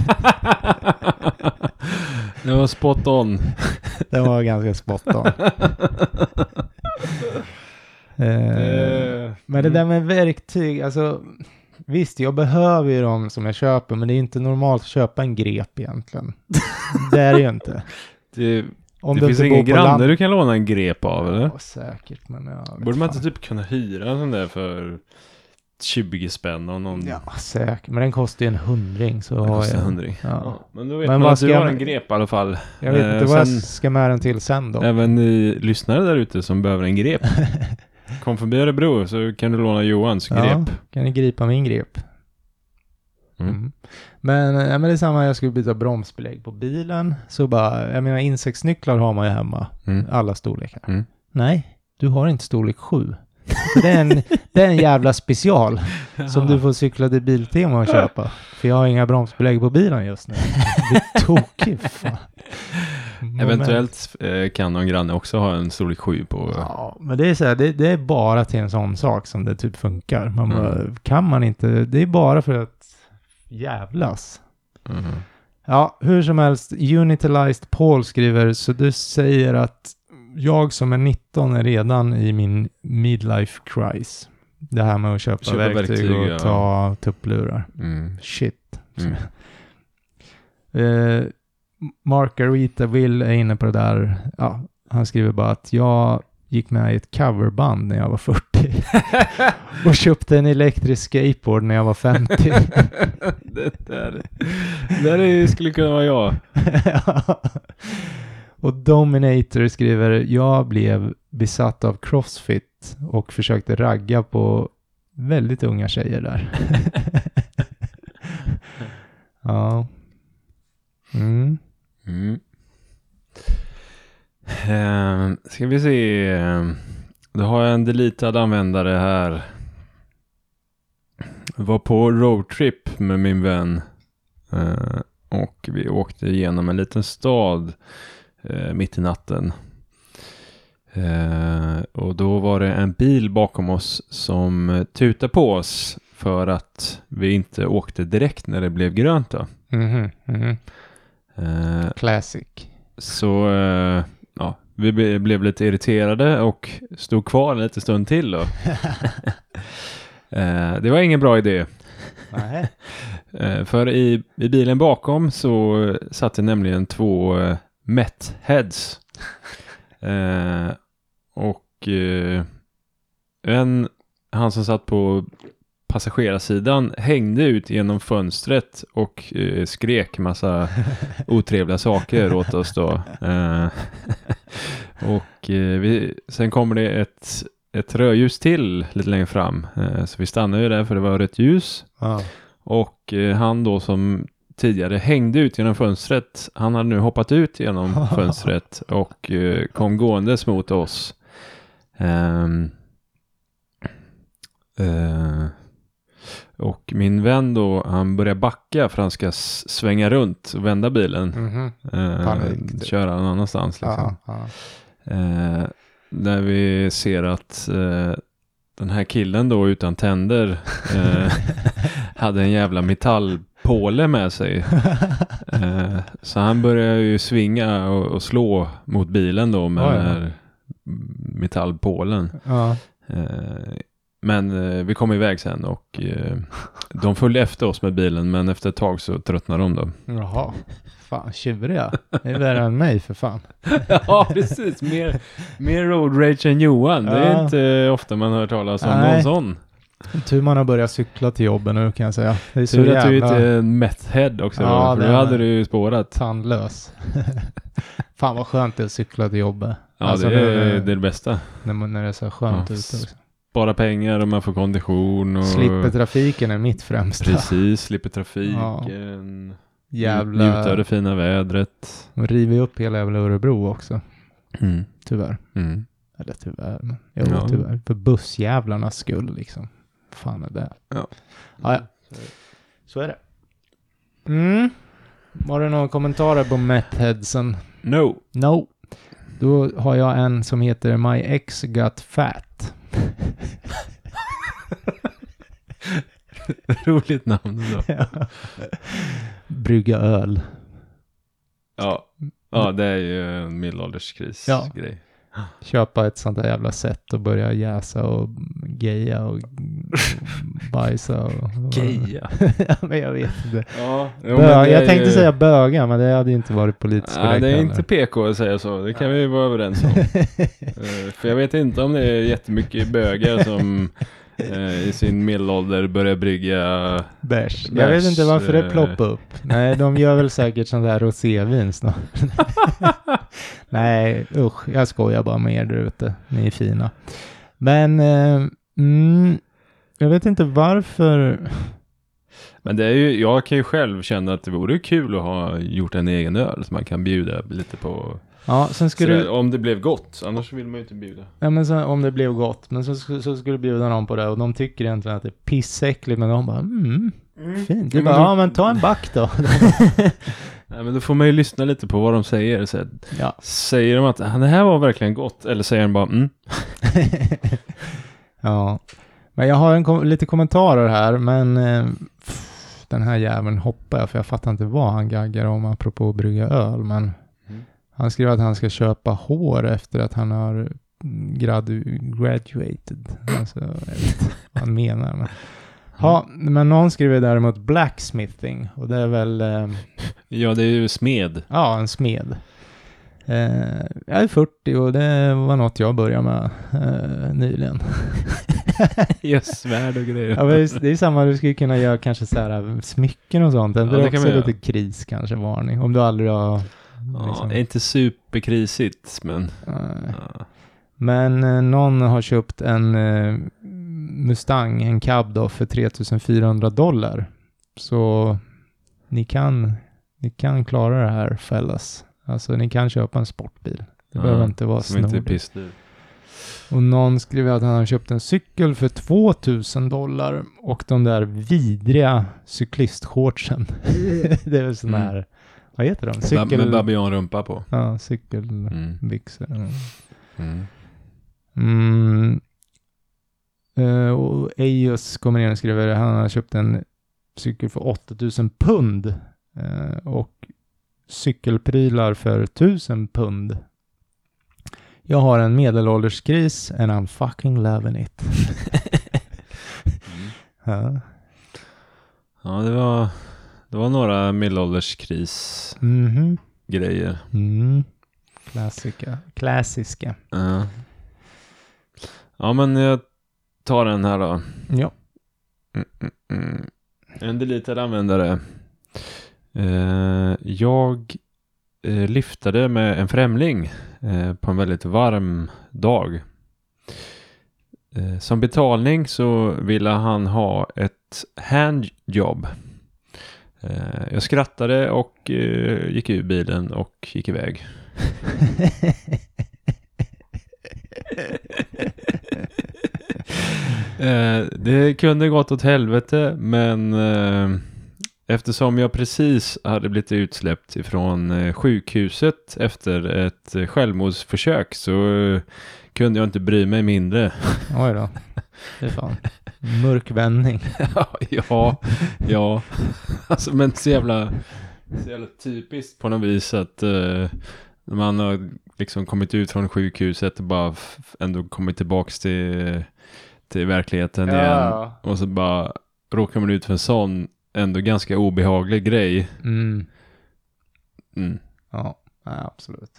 Det var spot on. Det var ganska spot on. eh, men det där med verktyg, alltså visst, jag behöver ju dem som jag köper, men det är inte normalt att köpa en grep egentligen. Det är det ju inte. Det, Om det finns ingen granne land... du kan låna en grep av, eller? Ja, säkert, men jag borde man inte typ kunna hyra en sån där för tjugo spänn och någon... Ja, säkert. Men den kostar ju en hundring. Så den kostar jag... en hundring. Ja. Ja. Men då vet men man att du har jag... en grep i alla fall. Jag vet inte eh, vad sen... jag ska med den till sen då. Även ni lyssnare där ute som behöver en grep. Kom förbi Örebro så kan du låna Johans grep. Ja, kan ni gripa min grep. Mm. Mm. Men, ja, men det är samma, jag skulle byta bromsbelägg på bilen. Så bara, jag menar insektsnycklar har man ju hemma. Mm. Alla storlekar. Mm. Nej, du har inte storlek sju. Det är, en, det är en jävla special som du får cykla till Biltema och köpa. För jag har inga bromsbelägg på bilen just nu. Det är tokigt, fan. Eventuellt eh, kan någon granne också ha en storlek sju på... Ja, men det är så här, det, det är bara till en sån sak som det typ funkar. Man mm. bara, kan man inte, det är bara för att jävlas. Mm. Ja, hur som helst, Unitalized Paul skriver, så du säger att jag som är nitton är redan i min midlife crisis. Det här med att köpa, köpa verktyg, verktyg och ja. ta tupplurar. Mm. Shit. Mm. uh, Margarita Will är inne på det där. Ja, han skriver bara att jag gick med i ett coverband när jag var fyrtio. Och köpte en elektrisk skateboard när jag var femtio. Det där, det där skulle kunna vara jag. Ja. Och Dominator skriver, jag blev besatt av CrossFit och försökte ragga på väldigt unga tjejer där. Ja. Mm. Mm. Uh, ska vi se. Då har jag en deletad användare här. Var på roadtrip med min vän. Uh, och vi åkte igenom en liten stad uh, mitt i natten. Uh, och då var det en bil bakom oss som tutade på oss för att vi inte åkte direkt när det blev grönt då. Mm-hmm. Mm-hmm. Uh, Classic. Så uh, ja, vi be- blev lite irriterade och stod kvar en liten stund till då. uh, det var ingen bra idé. Nej. uh, för i, i bilen bakom så satt det nämligen två uh, Met Heads. uh, och uh, en, han som satt på passagerarsidan hängde ut genom fönstret och eh, skrek massa otrevliga saker åt oss då. Eh, och eh, vi, sen kommer det ett, ett rödljus till lite längre fram. Eh, så vi stannade ju där för det var rött ljus. Ah. Och eh, han då som tidigare hängde ut genom fönstret, han hade nu hoppat ut genom fönstret och eh, kom gåendes mot oss. Ehm... Eh, eh, Och min vän då, han börjar backa för han ska s- svänga runt och vända bilen. Mm-hmm. Eh, Panik, köra någon annanstans liksom. Ja, ja. Eh, Där vi ser att eh, den här killen då utan tänder eh, hade en jävla metallpåle med sig. Eh, så han börjar ju svinga och, och slå mot bilen då med oh, ja. den här metallpålen. Ja. Eh, men eh, vi kom iväg sen och eh, de följde efter oss med bilen, men efter ett tag så tröttnade de då. Jaha. Fan, tjuriga. Det är värre än mig för fan. Ja, precis. Mer, mer road rage än Johan. Det är Ja. inte ofta man hör talas om Nej. någon sån. Tur man har börjat cykla till jobben nu, kan jag säga. Det är så Tur att du jävla inte är en meth head också. Ja, för det då är- hade du ju spårat. tandlös. Fan vad skönt det är att cykla till jobbet. Ja, Alltså, det är nu- det, är det bästa. När, man, när det är så skönt Ja, ute. s- Liksom. Spara pengar och man får kondition. Och Slipper trafiken är mitt främsta. Precis, slipper trafiken. Jävla... Njuta av det fina vädret. De river upp hela jävla Örebro också. Mm. Tyvärr. Mm. Eller tyvärr. Men, jo, Ja. tyvärr. För bussjävlarnas skull liksom. Fan är det. Ja. Ja, ja. Så är det. Mm. Var det några kommentarer på Methheadsen? No. No. Då har jag en som heter My Ex Got Fat. Roligt namn då. Ja. Brygga öl. Ja. Ja, det är ju en medelålderskris Ja. grej. Köpa ett sånt där jävla sätt och börja jäsa och geja och bajsa och... Geja. Ja, men jag vet inte. Ja, jo, Bö- men det jag är tänkte ju- säga böga, men det hade ju inte varit politiskt Ja, korrekt det är heller. inte P K att säga så. Det kan vi ju vara överens om. Eh, för jag vet inte om det är jättemycket bögar som eh, i sin medelålder börjar brygga. Bärs. Jag Bärs, vet inte varför det eh. ploppar upp. Nej, de gör väl säkert sånt där rosévin snart. Nej, usch. Jag skojar bara med er där ute. Ni är fina. Men, eh, mm, jag vet inte varför. Men det är ju, jag kan ju själv känna att det vore kul att ha gjort en egen öl som man kan bjuda lite på. Ja, sen Så skulle det, du, om det blev gott, annars vill man ju inte bjuda. ja, men sen, om det blev gott, men så, så, så skulle du bjuda någon på det och de tycker egentligen att det är pissäckligt, men de bara, mm, fint. Du Ja, men bara, då- ja men ta en back då. Nej, men då får man ju lyssna lite på vad de säger. Så här, Ja. säger de att ah, det här var verkligen gott, eller säger de bara mm. Ja, men jag har en kom- lite kommentarer här, men eh, pff, den här jäveln hoppar jag, för jag fattar inte vad han gaggar om apropå att brygga öl, men Mm. han skriver att han ska köpa hår efter att han har gradu- graduated. Alltså, jag vet inte vad han menar. Men. Ja, men någon skriver däremot blacksmithing, och det är väl eh, Ja, det är ju smed. ja, en smed. Eh, jag är fyrtio och det var något jag började med eh, nyligen. Just svärd och grejer. Ja, men det är- det är samma, du skulle kunna göra kanske så här smycken och sånt. Det är Ja, det kan också man lite göra. kris kanske, varning. Om du aldrig har... Ja, liksom- det är inte superkrisigt, men Nej. ja. Men eh, någon har köpt en eh, Mustang, en cab då, för tre tusen fyrahundra dollar. Så ni kan, ni kan klara det här, fellas. Alltså ni kan köpa en sportbil. Det Ja, behöver inte vara som inte är snodigt. pissdyr. Och någon skriver att han har köpt en cykel för tvåtusen dollar och de där vidriga cyklistshortsen. Det är väl sån Mm. här, vad heter de? Cykel... Cykel... Med babianrumpa på. Ja, cykelbyxor. Mm. Mm. Mm. Mm. Uh, och Eios kommer in och skriver att han har köpt en cykel för åttatusen pund uh, och cykelprylar för tusen pund. Jag har en medelålderskris and I'm fucking loving it. Mm. Ja. Ja, det var, det var några medelålderskris Mhm. grejer. Mm. Klassika. Klassiska. Ja. Ja, men jag tar den här då. Ja. Mm, mm, mm. En deletad användare. Eh, jag eh, lyftade med en främling eh, på en väldigt varm dag. Eh, som betalning så ville han ha ett handjob. Eh, jag skrattade och eh, gick ur bilen och gick iväg. Eh, det kunde gått åt helvete, men eh, eftersom jag precis hade blivit utsläppt ifrån eh, sjukhuset efter ett eh, självmordsförsök så eh, kunde jag inte bry mig mindre. Oj då. Det är fan. Mörk vändning. ja, ja. Alltså, men så jävla, så jävla typiskt på något vis att uh, man har liksom kommit ut från sjukhuset och bara f- ändå kommit tillbaks till, till verkligheten Ja. igen. Och så bara råkar man ut för en sån ändå ganska obehaglig grej. Mm. Mm. Ja, nej, absolut.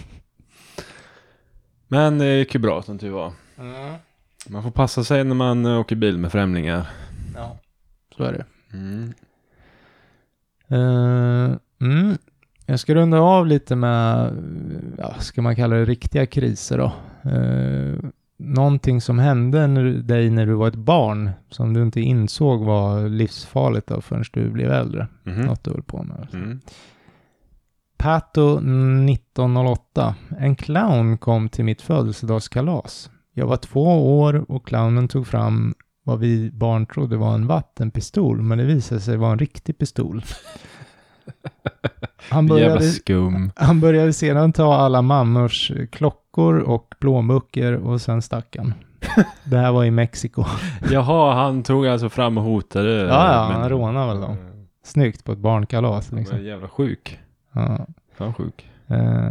Men det gick ju bra som tur var. Mm. Man får passa sig när man åker bil med främlingar. Ja, så är det. Mm. Uh, mm. Jag ska runda av lite med, ja, ska man kalla det riktiga kriser då. Uh, någonting som hände när, dig när du var ett barn som du inte insåg var livsfarligt då förrän du blev äldre. Mm-hmm. Något du höll på med. Mm. Pato nittonhundraåtta. En clown kom till mitt födelsedagskalas. Jag var två år och clownen tog fram vad vi barn trodde var en vattenpistol, men det visade sig vara en riktig pistol. Han Jävla började, skum. han började sedan ta alla mammors klockor och plånböcker och sen stack han. Det här var i Mexiko. Jaha, han tog alltså fram och hotade. Ja, ja, men... han rånade väl dem. Snyggt på ett barnkalas. Han Liksom. var jävla sjuk. Ja. Fan sjuk. Eh,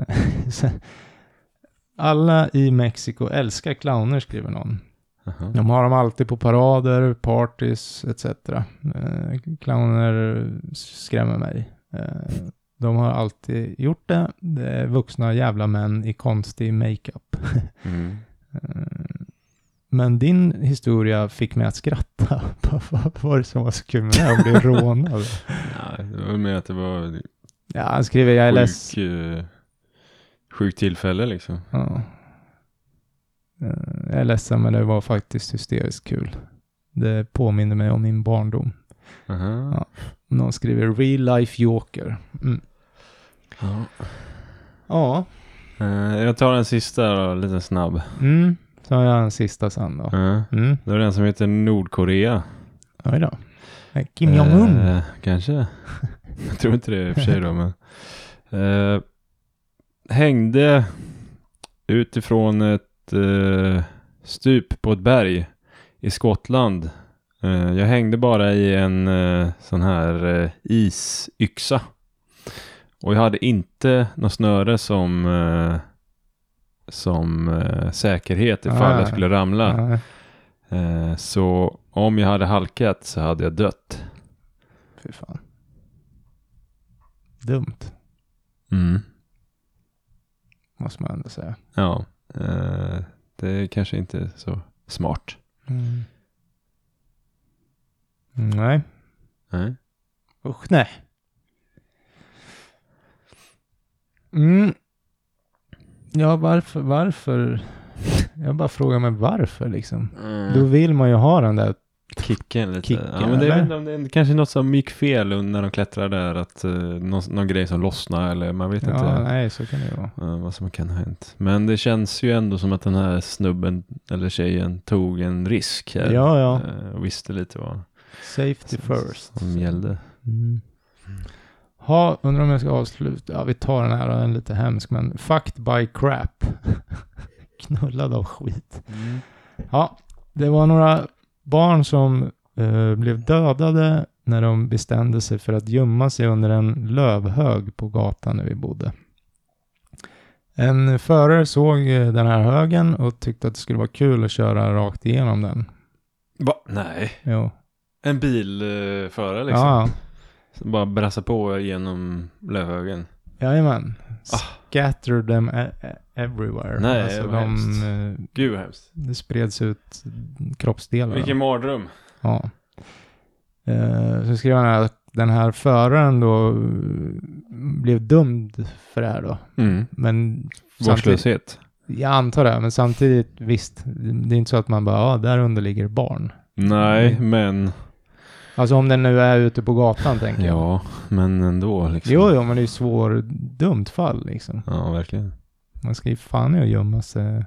alla i Mexiko älskar clowner, skriver någon. Uh-huh. De har dem alltid på parader, parties et cetera. Eh, clowner skrämmer mig. Eh, de har alltid gjort det. Det är vuxna jävla män i konstig makeup. Mm. eh, men din historia fick mig att skratta. Vad var det som var så kul med det? Att bli rånad. Ja, det var mer att det var Ja, han skriver jag är less. sjuk, uh, sjuk tillfälle liksom. Ja. Jag är ledsen, men det var faktiskt hysteriskt kul. Det påminner mig om min barndom. Uh-huh. Ja. Någon skriver Real Life Joker. Mm. Ja. Ja. Uh, jag tar en sista då, lite snabb. Mm. Så har jag en sista sen då. Uh-huh. Mm. Det är den som heter Nordkorea. Oj då. Kim Jong-Un. Uh, kanske. Jag tror inte det i och för sig då, men uh, hängde utifrån ett Uh, stup på ett berg i Skottland. Uh, jag hängde bara i en uh, sån här uh, isyxa. Och jag hade inte något snöre som uh, som uh, säkerhet ifall ah, jag skulle ramla. Ah. Uh, så om jag hade halkat så hade jag dött. Fy fan. Dumt. Mm. Måste man ändå säga. Ja. Uh, det är kanske inte så smart. Mm. Nej. Nej. Usch, nej. Mm. Ja, varför, varför? Jag bara frågar mig varför liksom. Mm. Då vill man ju ha den där Kicken lite. Kicken, ja, men det är, eller? väl, om det är kanske något som gick fel när de klättrade där. Att, uh, någon, någon grej som lossnade eller man vet ja, inte nej, så kan det ju vara. uh, vad som kan ha hänt. Men det känns ju ändå som att den här snubben eller tjejen tog en risk här. Ja, ja. Uh, och visste lite vad Safety som, first. som gällde. Mm. Ha, undrar om jag ska avsluta. Ja, vi tar den här, den är lite hemsk, men fucked by crap. Knullad av skit. Mm. Ja, det var några barn som uh, blev dödade när de bestämde sig för att gömma sig under en lövhög på gatan där vi bodde. En förare såg uh, den här högen och tyckte att det skulle vara kul att köra rakt igenom den. Va? Nej. Jo. En bilförare liksom. Ja, Som bara brassar på genom lövhögen. jajamän. Ah. Scatter them e- e- everywhere. Nej, alltså vad de, hemskt. uh, Gud vad hemskt. det spreds ut kroppsdelar. Vilken mardröm. Ja. Uh, så skrev han att den här föraren då uh, blev dömd för det här då. Mm. Men Vårdslöshet. jag antar det, men samtidigt visst, det är inte så att man bara, ja, där under ligger barn. Nej, Mm. men... Alltså om den nu är ute på gatan, tänker jag. Ja, men ändå liksom. Jo, jo, men det är ju svår, dumt fall liksom. Ja, verkligen. Man ska ju fan ju gömma sig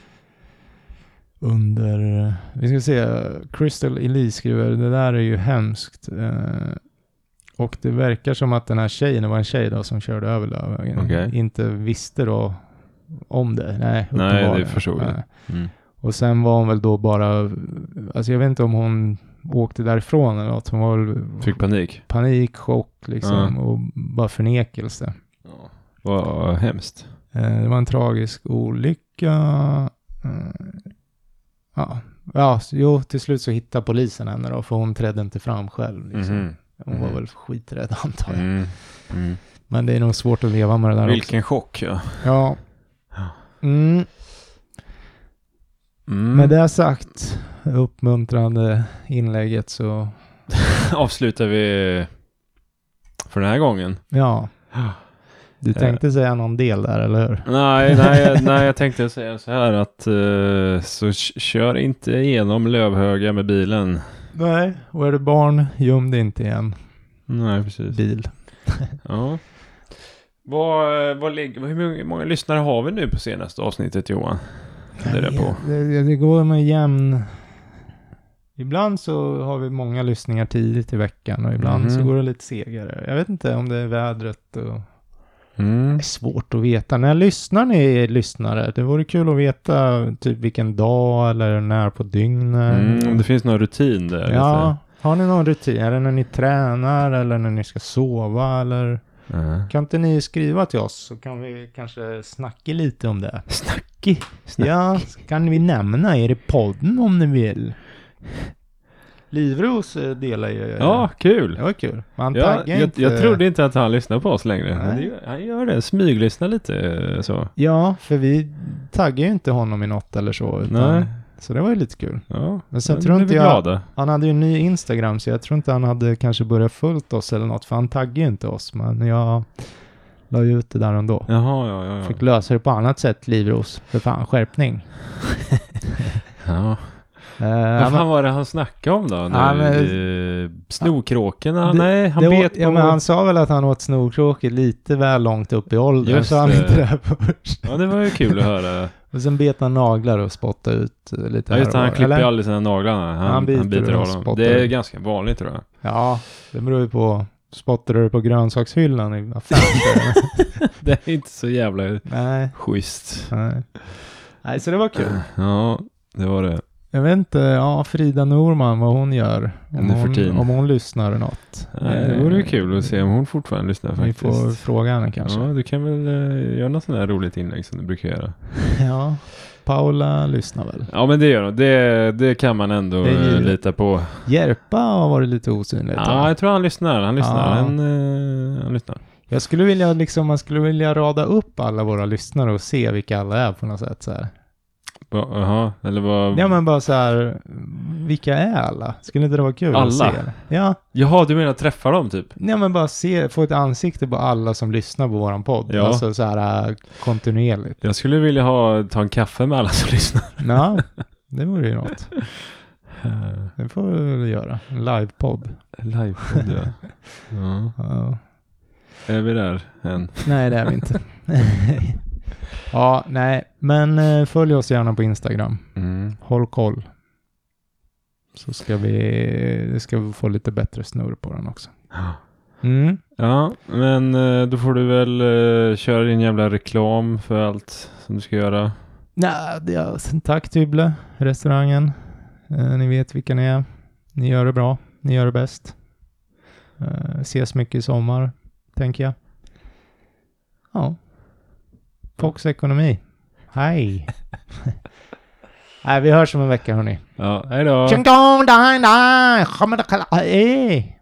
under... Vi ska se, Crystal Elise skriver, det där är ju hemskt. Eh, och det verkar som att den här tjejen, det var en tjej då som körde över Lövhögen, Okej. inte visste då om det. Nej, Nej, det förstod jag. Nej. Mm. Och sen var hon väl då bara, alltså jag vet inte om hon åkte därifrån eller något. Hon var väl Fick panik. panik, chock liksom Ja. och bara förnekelse. Ja. Vad hemskt. Eh, det var en tragisk olycka. Eh, ja, ja, så, jo, till slut så hittade polisen henne då, för hon trädde inte fram själv. Liksom. Mhm. Hon var Mhm. väl skiträdd antar jag. Mm. Mm. Men det är nog svårt att leva med det där Vilken också. chock, ja. Ja. Ja. Mm. Mm. Med det sagt, uppmuntrande inlägget så, avslutar vi för den här gången. ja. Du tänkte säga någon del där, eller hur? Nej, nej, nej, jag tänkte säga så här att uh, så k- kör inte igenom Lövhöga med bilen. Nej, och är det barn, göm det inte i en Nej, precis. bil. Ja. Vad, vad ligger, hur många, många lyssnare har vi nu på senaste avsnittet, Johan? Det är det på. Det, det går med jämn... Ibland så har vi många lyssningar tidigt i veckan och ibland Mhm. så går det lite segare. Jag vet inte om det är vädret och... Mm. Det är svårt att veta. När lyssnar ni lyssnare? Det vore kul att veta typ vilken dag eller när på dygnet. Mm, om det finns någon rutin där. Ja, har ni någon rutin? Är det när ni tränar eller när ni ska sova eller... Lite. Kan inte ni skriva till oss så kan vi kanske snacka lite om det. Snacki. Snack. Ja, kan vi nämna er i podden om ni vill. Livros eh, delar ju... Ja, kul. Det var kul. Man Ja, taggar jag, inte... jag trodde inte att han lyssnar på oss längre. Men Nej. det gör- han gör det. Smyglyssnar lite eh, så. Ja, för vi taggar ju inte honom i något eller så. Utan... Nej. Så det var ju lite kul. Ja, Men sen då tror blir inte vi jag- glada. Han hade ju en ny Instagram så jag tror inte han hade kanske börjat följt oss eller något. För han taggar ju inte oss. Men jag la ju ut det där ändå. Jaha, ja, ja, ja. Fick lösa det på annat sätt, Livros. För fan, skärpning. ja. Uh, Vad fan var det han snackade om då? Ja, Ja, men- Snorkråkorna? Det- Nej, han det bet åt, ja, på... men han sa väl att han åt snorkråkor lite väl långt upp i åldern. Just Så han det. inte det här först. Ja, det var ju kul att höra. Och sen bet han naglar och spottade ut eh, lite Ja, just det, här han och var. klipper ju Eller? aldrig sina naglarna. Han, Han han biter biter, och av dem. spottar Det är ut. ganska vanligt, tror jag. Ja, det beror ju på. Spottar du på grönsakshyllan i affären? Det är inte så jävla Nej, schysst. nej. Nej, så det var kul. Ja, det var det. Jag vet inte, ja, Frida Norman, vad hon gör. Om, Nu för hon, tiden. om hon lyssnar eller något. Nej, det vore ju kul att se om hon fortfarande lyssnar Vi faktiskt. får fråga henne kanske. Ja, du kan väl uh, göra något sånt här roligt inlägg som du brukar göra. Ja, Paula lyssnar väl. Ja, men det gör hon. Det, det kan man ändå Det är uh, givet. lita på. Järpa har varit lite osynligt. Ja, jag tror han lyssnar. Han lyssnar. Ja. Han, uh, han lyssnar. Jag skulle vilja liksom, man skulle vilja rada upp alla våra lyssnare och se vilka alla är på något sätt så här. Va- Jaha, eller vad? Ja, men bara så här, vilka är alla? Skulle inte det vara kul Alla? att se? Ja, Jaha, du menar träffa dem typ? ja, men bara se, få ett ansikte på alla som lyssnar på våran podd. Ja. Alltså så här äh, kontinuerligt. Jag skulle vilja ha, ta en kaffe med alla som lyssnar. Ja, det vore ju något. Det får vi väl göra. En livepodd. Livepodd, ja. ja. Ja. Är vi där än? Nej, det är vi inte. Ja, nej. Men eh, följ oss gärna på Instagram. Mm. Håll koll. Så ska vi, ska vi få lite bättre snurr på den också. Mm. Ja, men eh, då får du väl eh, köra din jävla reklam för allt som du ska göra. Nej, det är, tack Tyble, restaurangen. Eh, ni vet vilka ni är. Ni gör det bra. Ni gör det bäst. Eh, ses mycket i sommar, tänker jag. Ja. Fox ekonomi. Hej. Nej, vi hörs om en vecka, hörni. Ja, hej då! Tjing dong, dang, dang.